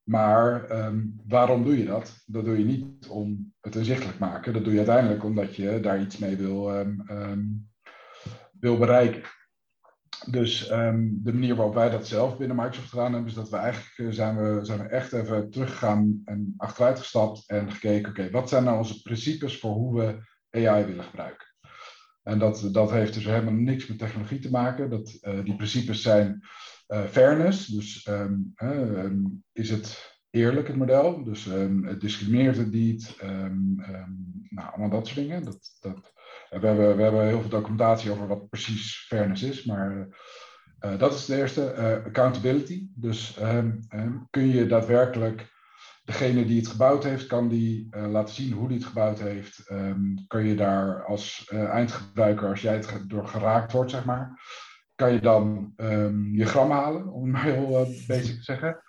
Maar um, waarom doe je dat? Dat doe je niet om het inzichtelijk te maken. Dat doe je uiteindelijk omdat je daar iets mee wil, um, um, wil bereiken. Dus um, de manier waarop wij dat zelf binnen Microsoft gedaan hebben, is dat we eigenlijk uh, zijn, we, zijn we echt even teruggegaan en achteruit gestapt en gekeken, oké, okay, wat zijn nou onze principes voor hoe we A I willen gebruiken? En dat, dat heeft dus helemaal niks met technologie te maken. Dat, uh, die principes zijn uh, fairness, dus um, uh, um, is het eerlijk het model, dus um, het discrimineert het niet, um, um, nou, allemaal dat soort dingen. Dat, dat, uh, we, hebben, we hebben heel veel documentatie over wat precies fairness is, maar uh, dat is de eerste. Uh, accountability, dus um, um, kun je daadwerkelijk degene die het gebouwd heeft, kan die uh, laten zien hoe die het gebouwd heeft. Um, kan je daar als uh, eindgebruiker, als jij het door geraakt wordt, zeg maar, kan je dan um, je gram halen, om het maar heel uh, basic te zeggen.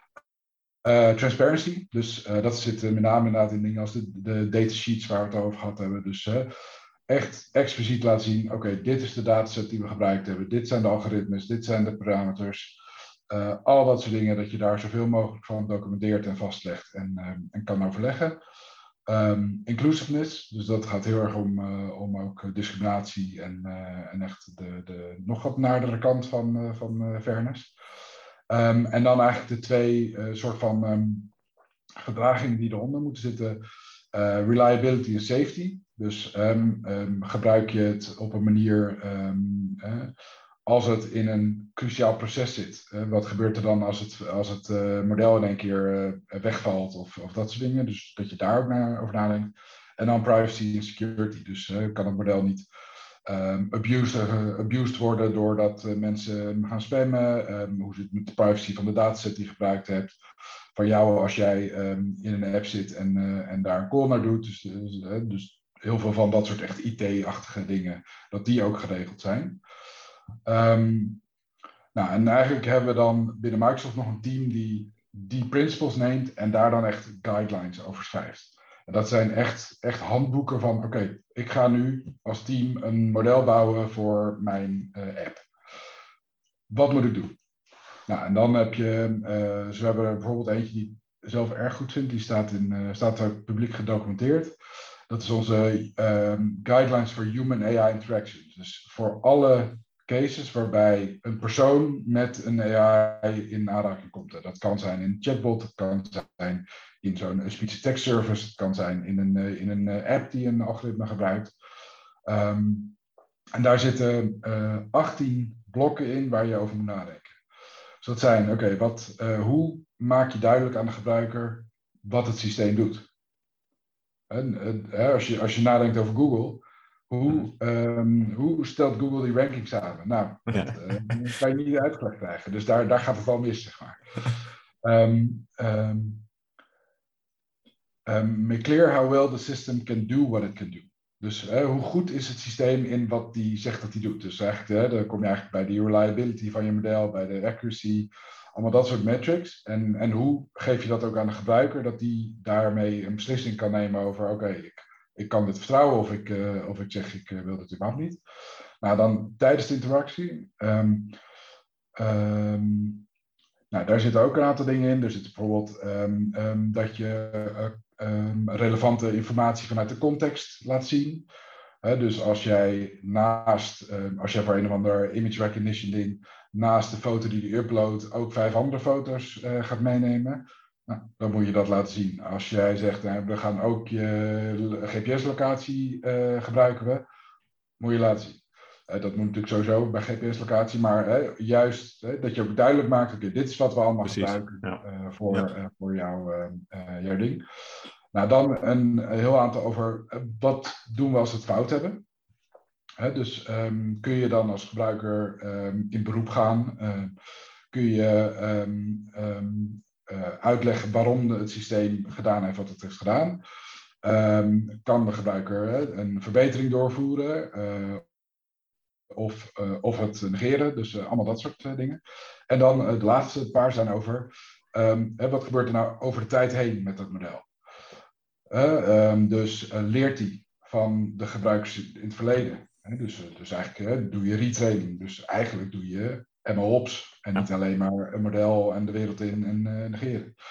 Uh, transparency, dus uh, dat zit uh, met name inderdaad in dingen als de, de datasheets waar we het over gehad hebben. Dus uh, echt expliciet laten zien, oké, okay, dit is de dataset die we gebruikt hebben, dit zijn de algoritmes, dit zijn de parameters. Uh, al dat soort dingen, dat je daar zoveel mogelijk van documenteert en vastlegt en, uh, en kan overleggen. Um, inclusiveness, dus dat gaat heel erg om, uh, om ook discriminatie en, uh, en echt de, de nog wat naardere kant van, uh, van uh, fairness. Um, en dan eigenlijk de twee uh, soort van um, gedragingen die eronder moeten zitten. Uh, reliability en safety. Dus um, um, gebruik je het op een manier um, uh, als het in een cruciaal proces zit. Uh, wat gebeurt er dan als het, als het uh, model in één keer uh, wegvalt of, of dat soort dingen. Dus dat je daar ook naar, over nadenkt. En dan privacy en security. Dus uh, kan het model niet um, abused, uh, abused worden doordat uh, mensen gaan spammen. Um, hoe zit het met de privacy van de dataset die je gebruikt hebt. Van jou als jij um, in een app zit en, uh, en daar een call naar doet. Dus, dus, uh, dus heel veel van dat soort echt I T-achtige dingen, dat die ook geregeld zijn. Um, nou, en eigenlijk hebben we dan binnen Microsoft nog een team die die principles neemt en daar dan echt guidelines over schrijft. En dat zijn echt, echt handboeken van, oké, okay, ik ga nu als team een model bouwen voor mijn uh, app. Wat moet ik doen? Nou, en dan heb je, uh, zo hebben we er bijvoorbeeld eentje die ik zelf erg goed vind, die staat, in, uh, staat ook publiek gedocumenteerd. Dat is onze um, guidelines for human A I interactions. Dus voor alle cases waarbij een persoon met een A I in aanraking komt. Dat kan zijn in een chatbot, dat kan zijn in zo'n speech-to-text service, het kan zijn in een, in een app die een algoritme gebruikt. Um, en daar zitten uh, achttien blokken in waar je over moet nadenken. Dus dat zijn, oké, okay, wat, uh, hoe maak je duidelijk aan de gebruiker wat het systeem doet? En, uh, als, je, als je nadenkt over Google, Hoe, um, hoe stelt Google die ranking samen? Nou, Ja. dat uh, kan je niet uitgelegd krijgen. Dus daar, daar gaat het al mis, zeg maar. Um, um, um, make clear how well the system can do what it can do. Dus uh, hoe goed is het systeem in wat die zegt dat hij doet? Dus eigenlijk, uh, dan kom je eigenlijk bij die reliability van je model, bij de accuracy, allemaal dat soort metrics. En, en hoe geef je dat ook aan de gebruiker, dat die daarmee een beslissing kan nemen over, oké, okay, ik Ik kan dit vertrouwen of ik, uh, of ik zeg ik uh, wil dit überhaupt niet. Nou, dan tijdens de interactie. Um, um, nou, daar zitten ook een aantal dingen in. Er zit bijvoorbeeld um, um, dat je uh, um, relevante informatie vanuit de context laat zien. Uh, dus als jij naast, um, als jij voor een of ander image recognition ding, naast de foto die je uploadt, ook vijf andere foto's uh, gaat meenemen. Nou, dan moet je dat laten zien. Als jij zegt, nou, we gaan ook je G P S-locatie uh, gebruiken, we, moet je laten zien. Uh, dat moet natuurlijk sowieso bij G P S-locatie, maar uh, juist uh, dat je ook duidelijk maakt, oké, okay, dit is wat we allemaal Precies. gebruiken ja. uh, voor, ja. uh, voor jou, uh, uh, jouw ding. Nou, dan een, een heel aantal over uh, wat doen we als we het fout hebben. Uh, dus um, kun je dan als gebruiker um, in beroep gaan, uh, kun je um, um, Uh, uitleggen waarom het systeem gedaan heeft wat het heeft gedaan. Um, kan de gebruiker hè, een verbetering doorvoeren uh, of, uh, of het negeren. Dus uh, allemaal dat soort uh, dingen. En dan uh, de laatste paar zijn over um, hè, wat gebeurt er nou over de tijd heen met dat model. Uh, um, dus uh, leert hij van de gebruikers in het verleden. Hè? Dus, uh, dus eigenlijk uh, doe je retraining. Dus eigenlijk doe je M L Ops en niet alleen maar een model en de wereld in en uh, negeren.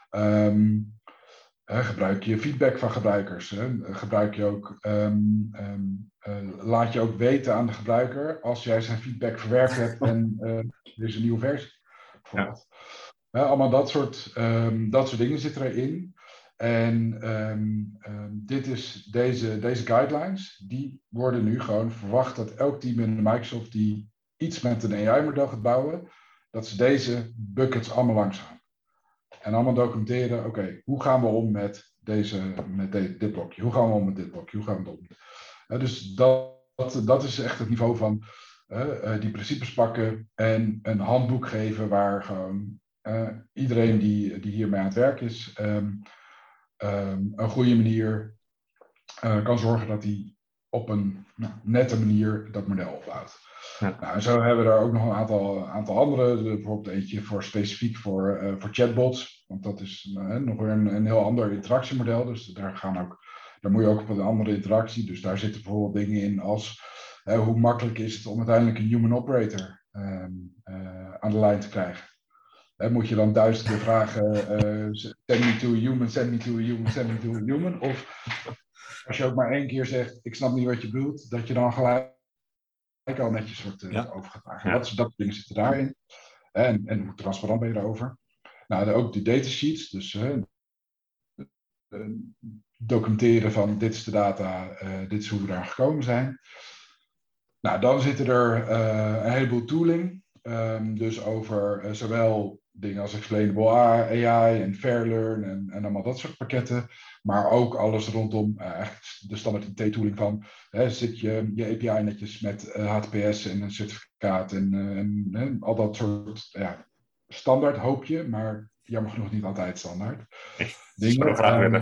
Um, uh, gebruik je feedback van gebruikers. Hè? Gebruik je ook, um, um, uh, laat je ook weten aan de gebruiker als jij zijn feedback verwerkt hebt en uh, er is een nieuwe versie. Bijvoorbeeld. Ja. Uh, allemaal dat soort, um, dat soort dingen zitten erin. En um, um, dit is, deze, deze guidelines, die worden nu gewoon verwacht dat elk team in Microsoft die iets met een A I-model gaat bouwen, dat ze deze buckets allemaal langs gaan. En allemaal documenteren, oké, okay, hoe gaan we om met, deze, met de, dit blokje? Hoe gaan we om met dit blokje? Hoe gaan we om? Uh, dus dat, dat, dat is echt het niveau van uh, uh, die principes pakken en een handboek geven waar gewoon uh, iedereen die, die hiermee aan het werk is, um, um, een goede manier uh, kan zorgen dat hij op een nou, nette manier dat model opbouwt. Ja. Nou, en zo hebben we er ook nog een aantal, aantal andere, bijvoorbeeld eentje voor specifiek voor, uh, voor chatbots, want dat is uh, nog weer een, een heel ander interactiemodel, dus daar, gaan ook, daar moet je ook op een andere interactie, dus daar zitten bijvoorbeeld dingen in als uh, hoe makkelijk is het om uiteindelijk een human operator uh, uh, aan de lijn te krijgen. Uh, moet je dan duizend keer vragen, uh, send me to a human, send me to a human, send me to a human, of als je ook maar één keer zegt, ik snap niet wat je bedoelt, dat je dan gelijk al netjes wordt uh, ja. overgedragen. Ja. Dat, dat dingen zitten daarin. En, en hoe transparant ben je daarover? Nou, ook de datasheets, dus uh, uh, documenteren van dit is de data, uh, dit is hoe we daar gekomen zijn. Nou, dan zitten er uh, een heleboel tooling, um, dus over uh, zowel dingen als Explainable A I en Fairlearn en, en allemaal dat soort pakketten. Maar ook alles rondom uh, eigenlijk de standaard I T-tooling van hè, zit je, je A P I netjes met uh, H T T P S en een certificaat en, uh, en uh, al dat soort ja, standaard hoop je, maar jammer genoeg niet altijd standaard. Dingen. Um,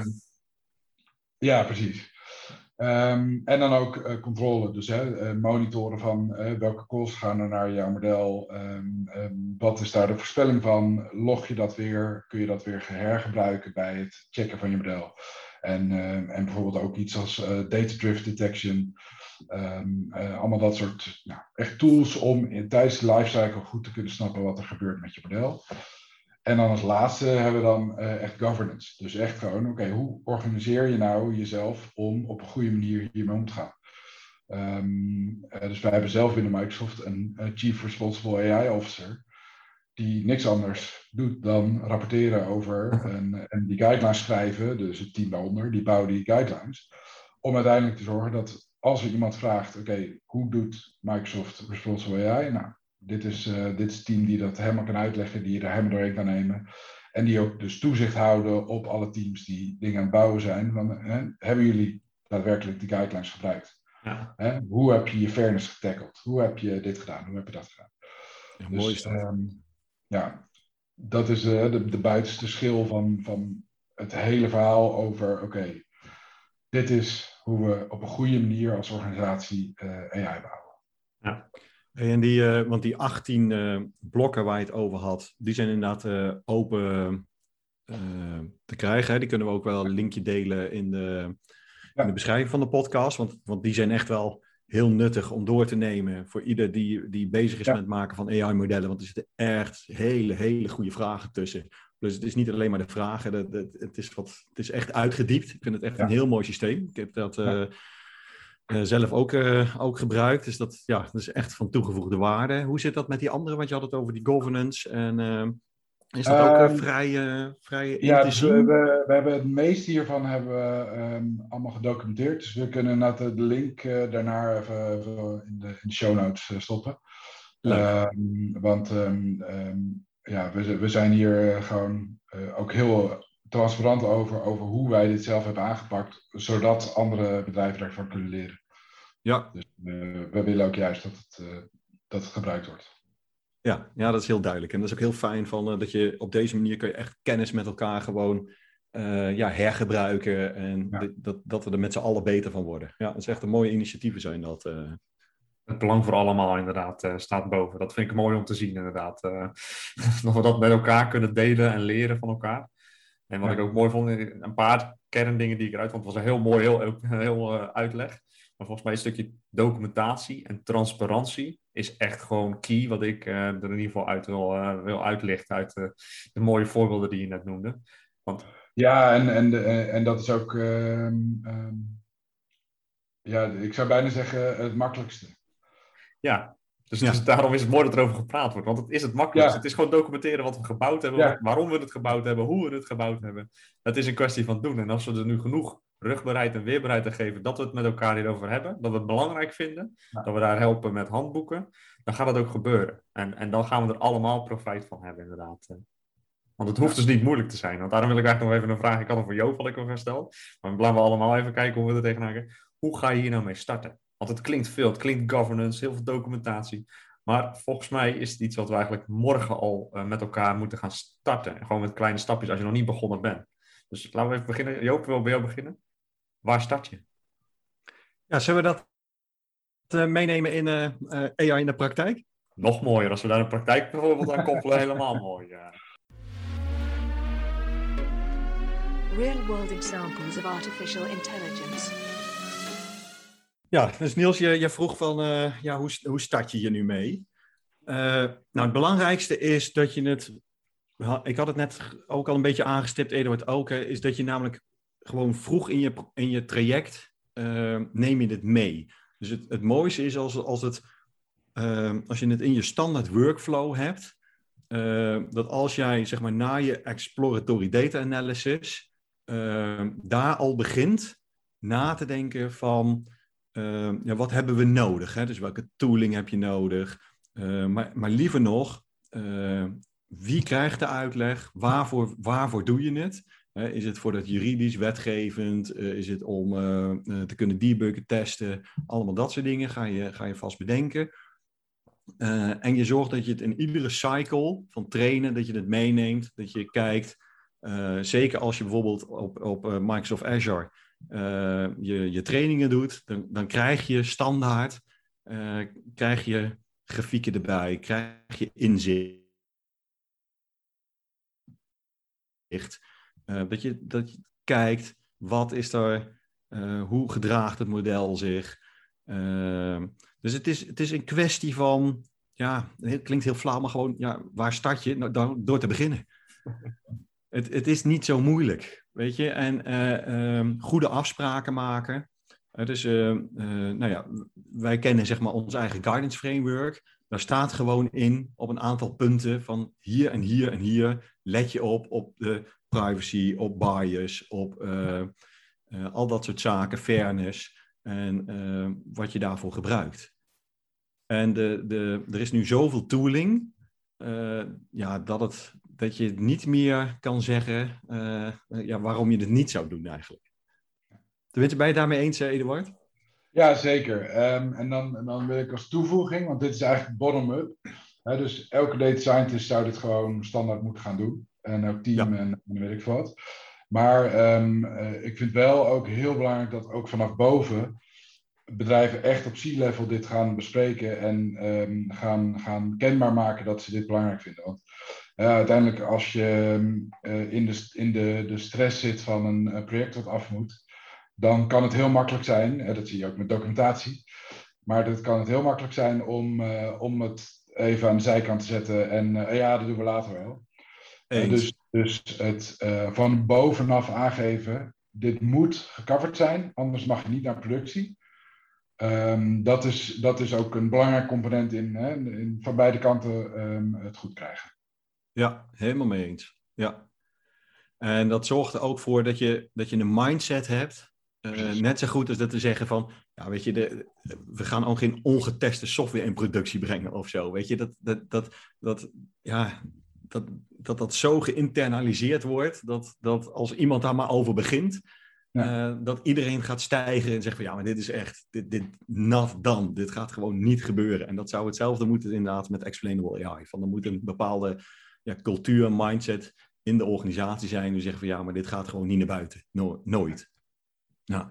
ja, precies. Um, en dan ook uh, controle, dus hè, uh, monitoren van uh, welke calls gaan er naar jouw model, um, um, wat is daar de voorspelling van, log je dat weer, kun je dat weer hergebruiken bij het checken van je model. En, uh, en bijvoorbeeld ook iets als uh, data drift detection, um, uh, allemaal dat soort nou, echt tools om in, tijdens de lifecycle goed te kunnen snappen wat er gebeurt met je model. En dan als laatste hebben we dan uh, echt governance. Dus echt gewoon, oké, okay, hoe organiseer je nou jezelf om op een goede manier hiermee om te gaan? Um, uh, dus wij hebben zelf binnen Microsoft een, een Chief Responsible A I Officer, die niks anders doet dan rapporteren over en, en die guidelines schrijven, dus het team daaronder, die bouwen die guidelines, om uiteindelijk te zorgen dat als er iemand vraagt, oké, okay, hoe doet Microsoft Responsible A I? Nou, Dit is, uh, dit is het team die dat helemaal kan uitleggen, die je er helemaal doorheen kan nemen. En die ook dus toezicht houden op alle teams die dingen aan het bouwen zijn. Van, hè, hebben jullie daadwerkelijk die guidelines gebruikt? Ja. Hè, hoe heb je je fairness getackled? Hoe heb je dit gedaan? Hoe heb je dat gedaan? Ja, dus, mooi is dat. Um, ja, dat is uh, de, de buitenste schil van, van het hele verhaal over, oké, okay, dit is hoe we op een goede manier als organisatie uh, A I bouwen. Ja. En die, uh, want die achttien uh, blokken waar je het over had, die zijn inderdaad uh, open uh, te krijgen. Hè? Die kunnen we ook wel een linkje delen in de, ja. in de beschrijving van de podcast. Want, want die zijn echt wel heel nuttig om door te nemen voor ieder die, die bezig is ja. met het maken van A I-modellen. Want er zitten echt hele, hele goede vragen tussen. Dus het is niet alleen maar de vragen, het, het, het, is, wat, het is echt uitgediept. Ik vind het echt ja. een heel mooi systeem. Ik heb dat... Uh, ja. Uh, zelf ook, uh, ook gebruikt. Dus dat, ja, dat is echt van toegevoegde waarde. Hoe zit dat met die andere? Want je had het over die governance. En, uh, is dat um, ook uh, vrij, uh, vrij ja, dus we, we, we hebben het meeste hiervan hebben we, um, allemaal gedocumenteerd. Dus we kunnen de, de link uh, daarna even, even in, de, in de show notes uh, stoppen. Um, want um, um, ja, we, we zijn hier gewoon uh, ook heel transparant over, over hoe wij dit zelf hebben aangepakt, zodat andere bedrijven daarvan kunnen leren. Ja. Dus uh, we willen ook juist dat het, uh, dat het gebruikt wordt. Ja, ja, dat is heel duidelijk. En dat is ook heel fijn van, uh, dat je op deze manier kun je echt kennis met elkaar gewoon uh, ja, hergebruiken. En ja. dat, dat we er met z'n allen beter van worden. Ja, dat is echt een mooie initiatieven zijn dat. Uh... Het belang voor allemaal inderdaad uh, staat boven. Dat vind ik mooi om te zien inderdaad. Uh, dat we dat met elkaar kunnen delen en leren van elkaar. En wat ja. ik ook mooi vond, een paar kerndingen die ik eruit vond, was een heel mooi heel, heel uh, uitleg. Maar volgens mij een stukje documentatie en transparantie is echt gewoon key, wat ik uh, er in ieder geval uit wil, uh, wil uitlichten uit uh, de mooie voorbeelden die je net noemde. Want... Ja, en, en, en, en dat is ook, um, um, ja, ik zou bijna zeggen het makkelijkste. Ja, dus, Ja. dus daarom is het mooi dat er over gepraat wordt. Want het is het makkelijkste. Ja. Het is gewoon documenteren wat we gebouwd hebben, Ja. wat, waarom we het gebouwd hebben, hoe we het gebouwd hebben. Het is een kwestie van doen. En als we er nu genoeg rugbaarheid en weerbaarheid aan geven dat we het met elkaar hierover hebben, dat we het belangrijk vinden, Ja. dat we daar helpen met handboeken, dan gaat dat ook gebeuren. En, en dan gaan we er allemaal profijt van hebben, inderdaad. Want het hoeft dus niet moeilijk te zijn. Want daarom wil ik eigenlijk nog even een vraag. Ik had hem voor Joop al even gesteld. Maar laten we allemaal even kijken hoe we er tegenaan kijken. Hoe ga je hier nou mee starten? Want het klinkt veel. Het klinkt governance, heel veel documentatie. Maar volgens mij is het iets wat we eigenlijk morgen al uh, met elkaar moeten gaan starten. Gewoon met kleine stapjes als je nog niet begonnen bent. Dus laten we even beginnen. Joop, wil bij jou beginnen? Waar start je? Ja, zullen we dat uh, meenemen in uh, uh, A I in de praktijk? Nog mooier. Als we daar een praktijk bijvoorbeeld aan koppelen, helemaal mooi. Ja. Real-world examples of artificial intelligence. Ja, dus Niels, je, je vroeg van, uh, ja, hoe, hoe start je hier nu mee? Uh, nou, het belangrijkste is dat je het, ik had het net ook al een beetje aangestipt, Eduard ook, hè, is dat je namelijk gewoon vroeg in je, in je traject uh, neem je dit mee. Dus het, het mooiste is als, als, het, uh, als je het in je standaard workflow hebt, uh, dat als jij zeg maar na je exploratory data analysis uh, daar al begint na te denken van uh, ja, wat hebben we nodig? Hè? Dus welke tooling heb je nodig? Uh, maar, maar liever nog, uh, wie krijgt de uitleg? Waarvoor, waarvoor doe je het? Uh, is het voor dat juridisch, wetgevend? Uh, is het om uh, uh, te kunnen debuggen, testen? Allemaal dat soort dingen ga je, ga je vast bedenken. Uh, en je zorgt dat je het in iedere cycle van trainen, dat je het meeneemt, dat je kijkt. Uh, zeker als je bijvoorbeeld op, op uh, Microsoft Azure uh, je, je trainingen doet, dan, dan krijg je standaard, uh, krijg je grafieken erbij, krijg je inzicht. Uh, dat, je, dat je kijkt, wat is er, uh, hoe gedraagt het model zich. Uh, dus het is, het is een kwestie van, ja, het klinkt heel flauw, maar gewoon, ja, waar start je? Nou, door, door te beginnen. Het, het is niet zo moeilijk, weet je. En uh, um, goede afspraken maken. Uh, dus, uh, uh, nou ja, wij kennen zeg maar ons eigen guidance framework. Daar staat gewoon in op een aantal punten van hier en hier en hier. Let je op, op de privacy, op bias, op uh, uh, al dat soort zaken, fairness. En uh, wat je daarvoor gebruikt. En de, de, er is nu zoveel tooling, uh, ja, dat, het, dat je niet meer kan zeggen uh, ja, waarom je het niet zou doen eigenlijk. Tenminste, ben je het daarmee eens, Eduard? Ja, zeker. Um, en, dan, en dan wil ik als toevoeging, want dit is eigenlijk bottom-up. Hè, dus elke data scientist zou dit gewoon standaard moeten gaan doen. En elk team ja. en, en weet ik wat. Maar um, uh, ik vind wel ook heel belangrijk dat ook vanaf boven bedrijven echt op C-level dit gaan bespreken en um, gaan, gaan kenbaar maken dat ze dit belangrijk vinden. Want uh, uiteindelijk als je uh, in, de, in de, de stress zit van een uh, project wat af moet, dan kan het heel makkelijk zijn, uh, dat zie je ook met documentatie, maar dat kan het heel makkelijk zijn om, uh, om het even aan de zijkant te zetten en uh, ja, dat doen we later wel. Uh, dus, dus het uh, van bovenaf aangeven, dit moet gecoverd zijn, anders mag je niet naar productie. Um, dat, is, dat is ook een belangrijk component in, hè, in van beide kanten um, het goed krijgen. Ja, helemaal mee eens. Ja. En dat zorgt er ook voor dat je, dat je een mindset hebt. Uh, net zo goed als dat te zeggen van, ja, weet je, de, we gaan ook geen ongeteste software in productie brengen of zo. Weet je, dat dat, dat, dat, ja, dat, dat, dat zo geïnternaliseerd wordt, dat, dat als iemand daar maar over begint, ja. uh, dat iedereen gaat stijgen en zegt van, ja, maar dit is echt, dit, dit not done. Dit gaat gewoon niet gebeuren. En dat zou hetzelfde moeten inderdaad met explainable A I. Van, er moet een bepaalde ja, cultuur, mindset in de organisatie zijn die zeggen van, ja, maar dit gaat gewoon niet naar buiten. No, nooit. Nou.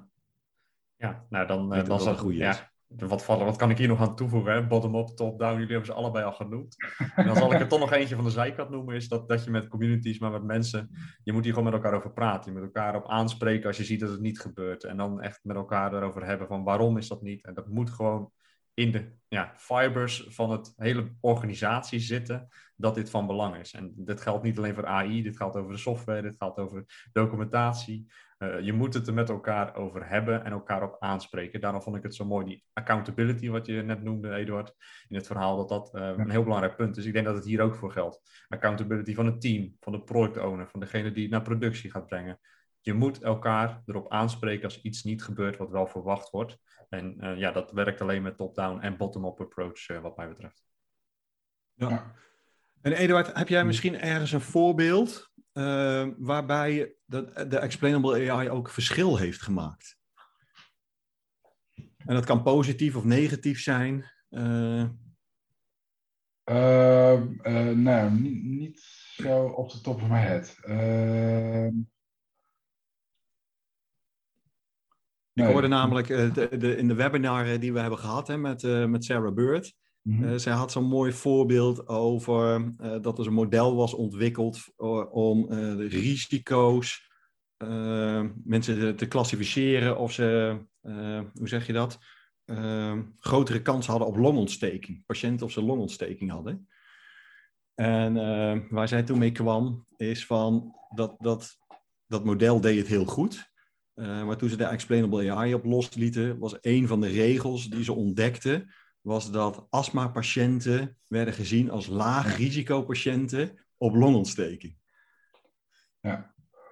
Ja, nou dan, uh, dan is dat goed. Ja, wat, wat kan ik hier nog aan toevoegen? Bottom-up, top-down, jullie hebben ze allebei al genoemd. En dan zal ik er toch nog eentje van de zijkant noemen, is dat, dat je met communities, maar met mensen, je moet hier gewoon met elkaar over praten. Je moet elkaar op aanspreken als je ziet dat het niet gebeurt. En dan echt met elkaar erover hebben van waarom is dat niet. En dat moet gewoon in de ja, fibers van het hele organisatie zitten, dat dit van belang is. En dit geldt niet alleen voor A I, dit geldt over de software, dit geldt over documentatie. Uh, je moet het er met elkaar over hebben en elkaar op aanspreken. Daarom vond ik het zo mooi, die accountability, wat je net noemde, Eduard, in het verhaal, dat dat uh, een heel belangrijk punt is. Ik denk dat het hier ook voor geldt. Accountability van het team, van de product owner, van degene die het naar productie gaat brengen. Je moet elkaar erop aanspreken als iets niet gebeurt wat wel verwacht wordt. En uh, ja, dat werkt alleen met top-down en bottom-up approach, uh, wat mij betreft. Ja. En Eduard, heb jij misschien ergens een voorbeeld uh, waarbij de, de explainable A I ook verschil heeft gemaakt? En dat kan positief of negatief zijn. Uh... Uh, uh, nou, niet, niet zo op de top van mijn head. Uh... Ik hoorde namelijk uh, de, de, in de webinar die we hebben gehad hè, met, uh, met Sarah Bird. Mm-hmm. Uh, zij had zo'n mooi voorbeeld over uh, dat er een model was ontwikkeld uh, om uh, de risico's uh, mensen te klassificeren of ze, uh, hoe zeg je dat, uh, grotere kans hadden op longontsteking. Patiënten of ze longontsteking hadden. En uh, waar zij toen mee kwam is van dat, dat, dat model deed het heel goed. Uh, maar toen ze de explainable A I op loslieten, was een van de regels die ze ontdekten, was dat astmapatiënten werden gezien als laag risicopatiënten op longontsteking. Ja.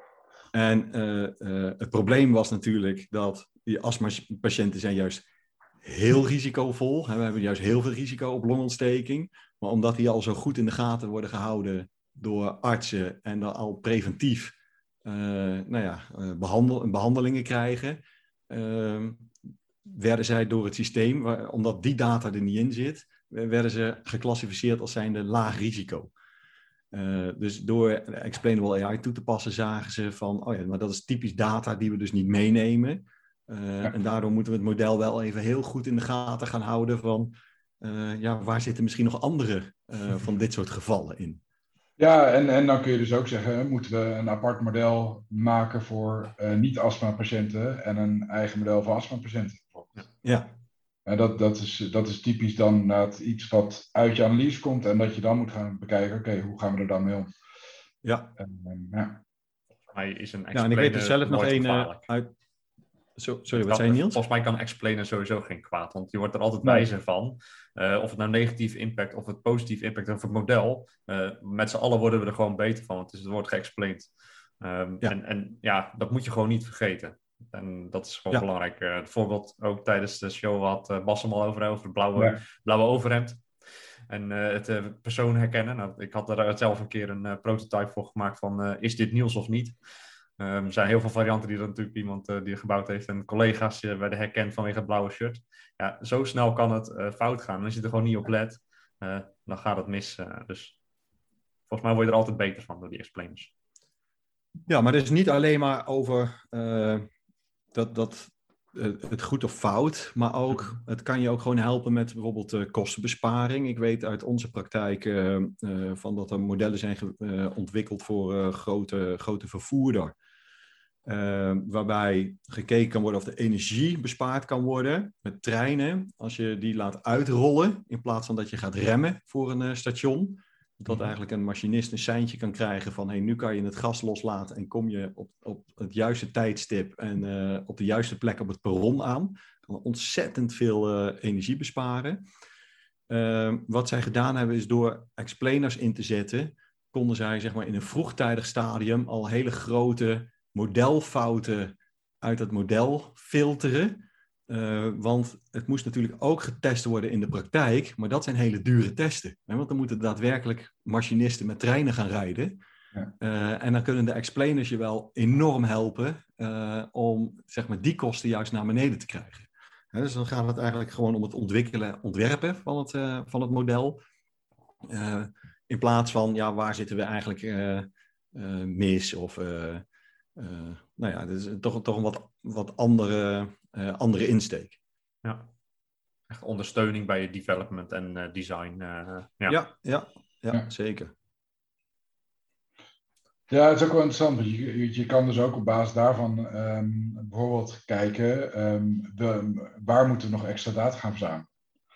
En uh, uh, het probleem was natuurlijk dat die astmapatiënten zijn juist heel risicovol. Hè, we hebben juist heel veel risico op longontsteking. Maar omdat die al zo goed in de gaten worden gehouden door artsen en dan al preventief Uh, nou ja, uh, behandel, behandelingen krijgen, uh, werden zij door het systeem, waar, omdat die data er niet in zit, werden ze geclassificeerd als zijnde laag risico. Uh, dus door explainable A I toe te passen zagen ze van, oh ja, maar dat is typisch data die we dus niet meenemen. Uh, ja. En daardoor moeten we het model wel even heel goed in de gaten gaan houden van, uh, ja, waar zitten misschien nog andere uh, van dit soort gevallen in. Ja, en, en dan kun je dus ook zeggen, moeten we een apart model maken voor uh, niet-astma-patiënten en een eigen model voor astma-patiënten. Ja. En dat, dat, is, dat is typisch dan dat iets wat uit je analyse komt en dat je dan moet gaan bekijken, oké, okay, hoe gaan we er dan mee om? Ja. En, en, ja. Hij is een ja, en ik weet er zelf nog één uh, uit... Zo, sorry, wat zei je, Niels? Volgens mij kan explainer sowieso geen kwaad, want je wordt er altijd nee. wijzer van. Uh, of het nou negatief impact of het positief impact of het model. Uh, met z'n allen worden we er gewoon beter van, want het, is, het wordt geëxplained. Um, ja. En, en ja, dat moet je gewoon niet vergeten. En dat is gewoon ja. belangrijk. Uh, bijvoorbeeld ook tijdens de show had uh, Bas hem al over, over het blauwe, ja. blauwe overhemd. En uh, het uh, persoon herkennen. Nou, ik had er zelf een keer een uh, prototype voor gemaakt van uh, is dit Niels of niet? Um, er zijn heel veel varianten die er natuurlijk iemand uh, die gebouwd heeft. En collega's uh, werden herkend vanwege het blauwe shirt. Ja, zo snel kan het uh, fout gaan. En als je er gewoon niet op let, uh, dan gaat het mis. Uh, dus volgens mij word je er altijd beter van door die explainers. Ja, maar het is niet alleen maar over uh, dat, dat, uh, het goed of fout. Maar ook, het kan je ook gewoon helpen met bijvoorbeeld uh, kostenbesparing. Ik weet uit onze praktijk uh, uh, van dat er modellen zijn ge- uh, ontwikkeld voor uh, grote, grote vervoerder. Uh, waarbij gekeken kan worden of de energie bespaard kan worden met treinen. Als je die laat uitrollen in plaats van dat je gaat remmen voor een uh, station. Dat eigenlijk een machinist een seintje kan krijgen van hey, nu kan je het gas loslaten en kom je op, op het juiste tijdstip en uh, op de juiste plek op het perron aan. Kan ontzettend veel uh, energie besparen. Uh, wat zij gedaan hebben is door explainers in te zetten, konden zij zeg maar in een vroegtijdig stadium al hele grote modelfouten uit het model filteren. Uh, want het moest natuurlijk ook getest worden in de praktijk, maar dat zijn hele dure testen. Hè? Want dan moeten daadwerkelijk machinisten met treinen gaan rijden. Ja. Uh, en dan kunnen de explainers je wel enorm helpen uh, om zeg maar, die kosten juist naar beneden te krijgen. Hè, dus dan gaat het eigenlijk gewoon om het ontwikkelen, ontwerpen van het, uh, van het model. Uh, in plaats van, ja, waar zitten we eigenlijk uh, uh, mis? Of, uh, uh, nou ja, dat is toch, toch een wat, wat andere... Uh, andere insteek. Ja, echt ondersteuning bij je development en uh, design. Uh, ja. Ja, ja, ja, ja, zeker. Ja, het is ook wel interessant. Want je, je kan dus ook op basis daarvan um, bijvoorbeeld kijken, um, de, waar moeten we nog extra data gaan verzamelen?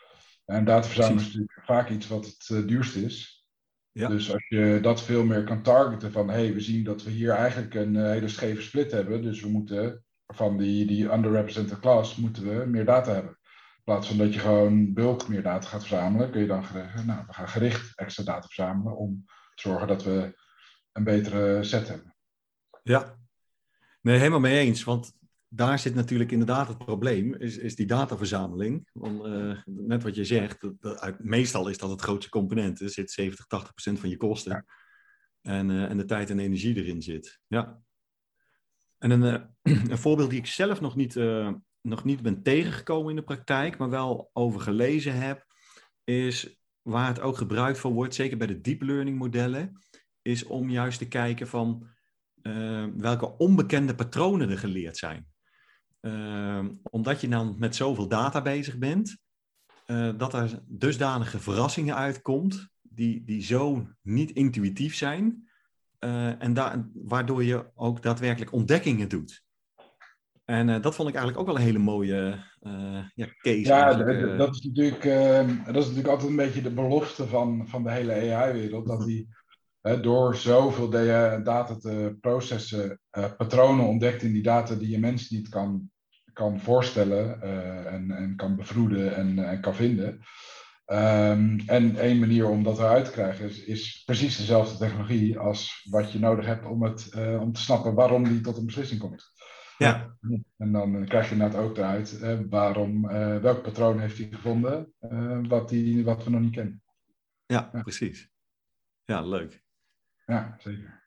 En dataverzameling is natuurlijk vaak iets wat het uh, duurst is. Ja. Dus als je dat veel meer kan targeten van, hé, hey, we zien dat we hier eigenlijk een uh, hele scheve split hebben, dus we moeten van die, die underrepresented class moeten we meer data hebben. In plaats van dat je gewoon bulk meer data gaat verzamelen, kun je dan gericht, nou, we gaan gericht extra data verzamelen om te zorgen dat we een betere set hebben. Ja, nee, helemaal mee eens, want daar zit natuurlijk inderdaad het probleem, is, is die dataverzameling. Want, uh, net wat je zegt, dat, dat, meestal is dat het grootste component. Er zit zeventig, tachtig procent van je kosten. Ja. En, uh, en de tijd en energie erin zit. Ja. En een, uh, een voorbeeld die ik zelf nog niet, uh, nog niet ben tegengekomen in de praktijk, maar wel over gelezen heb, is waar het ook gebruikt voor wordt, zeker bij de deep learning modellen, is om juist te kijken van uh, welke onbekende patronen er geleerd zijn. Uh, omdat je dan met zoveel data bezig bent, uh, dat er dusdanige verrassingen uitkomt die, die zo niet intuïtief zijn, uh, en da- waardoor je ook daadwerkelijk ontdekkingen doet. En uh, dat vond ik eigenlijk ook wel een hele mooie uh, ja, case. Ja, d- d- dat, is natuurlijk, uh, dat is natuurlijk altijd een beetje de belofte van, van de hele A I-wereld, dat die uh, door zoveel de- data te processen, uh, patronen ontdekt in die data die je mens niet kan, kan voorstellen uh, en, en kan bevroeden en, en kan vinden. Um, en één manier om dat eruit te krijgen is, is precies dezelfde technologie als wat je nodig hebt om, het, uh, om te snappen waarom die tot een beslissing komt. Ja. En dan krijg je inderdaad ook eruit uh, waarom, uh, welk patroon heeft hij gevonden uh, wat, die, wat we nog niet kennen. Ja, ja, precies. Ja, leuk. Ja, zeker.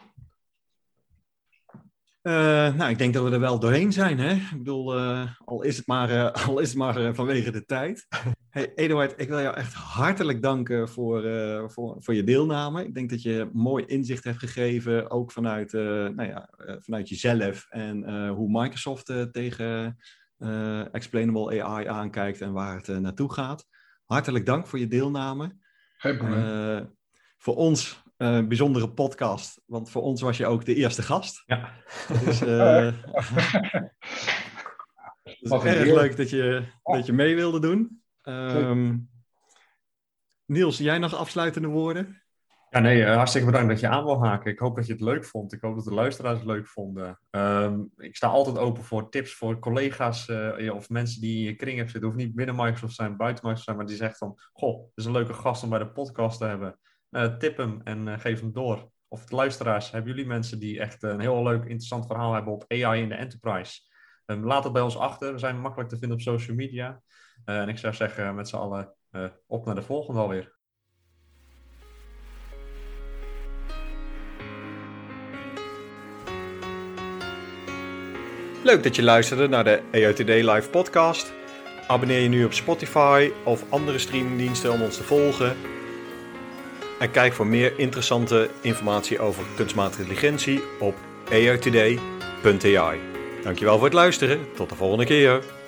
Uh, nou, ik denk dat we er wel doorheen zijn, hè? Ik bedoel, uh, al is het maar, uh, al is het maar uh, vanwege de tijd. Hey, Eduard, ik wil jou echt hartelijk danken voor, uh, voor, voor je deelname. Ik denk dat je mooi inzicht hebt gegeven, ook vanuit, uh, nou ja, uh, vanuit jezelf en uh, hoe Microsoft uh, tegen uh, Explainable A I aankijkt en waar het uh, naartoe gaat. Hartelijk dank voor je deelname. Geen probleem. Uh, voor ons een uh, bijzondere podcast, want voor ons was je ook de eerste gast. Ja. Dus, uh, het is erg leuk dat je, dat je mee wilde doen. Um, Niels, jij nog afsluitende woorden? Ja, nee, uh, hartstikke bedankt dat je aan wil haken. Ik hoop dat je het leuk vond. Ik hoop dat de luisteraars het leuk vonden. Um, ik sta altijd open voor tips voor collega's uh, of mensen die in je kring hebben zitten. Het hoeft niet binnen Microsoft zijn, buiten Microsoft zijn, maar die zegt van, goh, dit is een leuke gast om bij de podcast te hebben. Uh, tip hem en uh, geef hem door. Of de luisteraars, hebben jullie mensen die echt een heel leuk, interessant verhaal hebben op A I in de enterprise? Um, laat het bij ons achter. We zijn makkelijk te vinden op social media. Uh, en ik zou zeggen, met z'n allen uh, op naar de volgende alweer. Leuk dat je luisterde naar de A I Today Live podcast. Abonneer je nu op Spotify of andere streamingdiensten om ons te volgen. En kijk voor meer interessante informatie over kunstmatige intelligentie op a i today punt a i. Dankjewel voor het luisteren. Tot de volgende keer.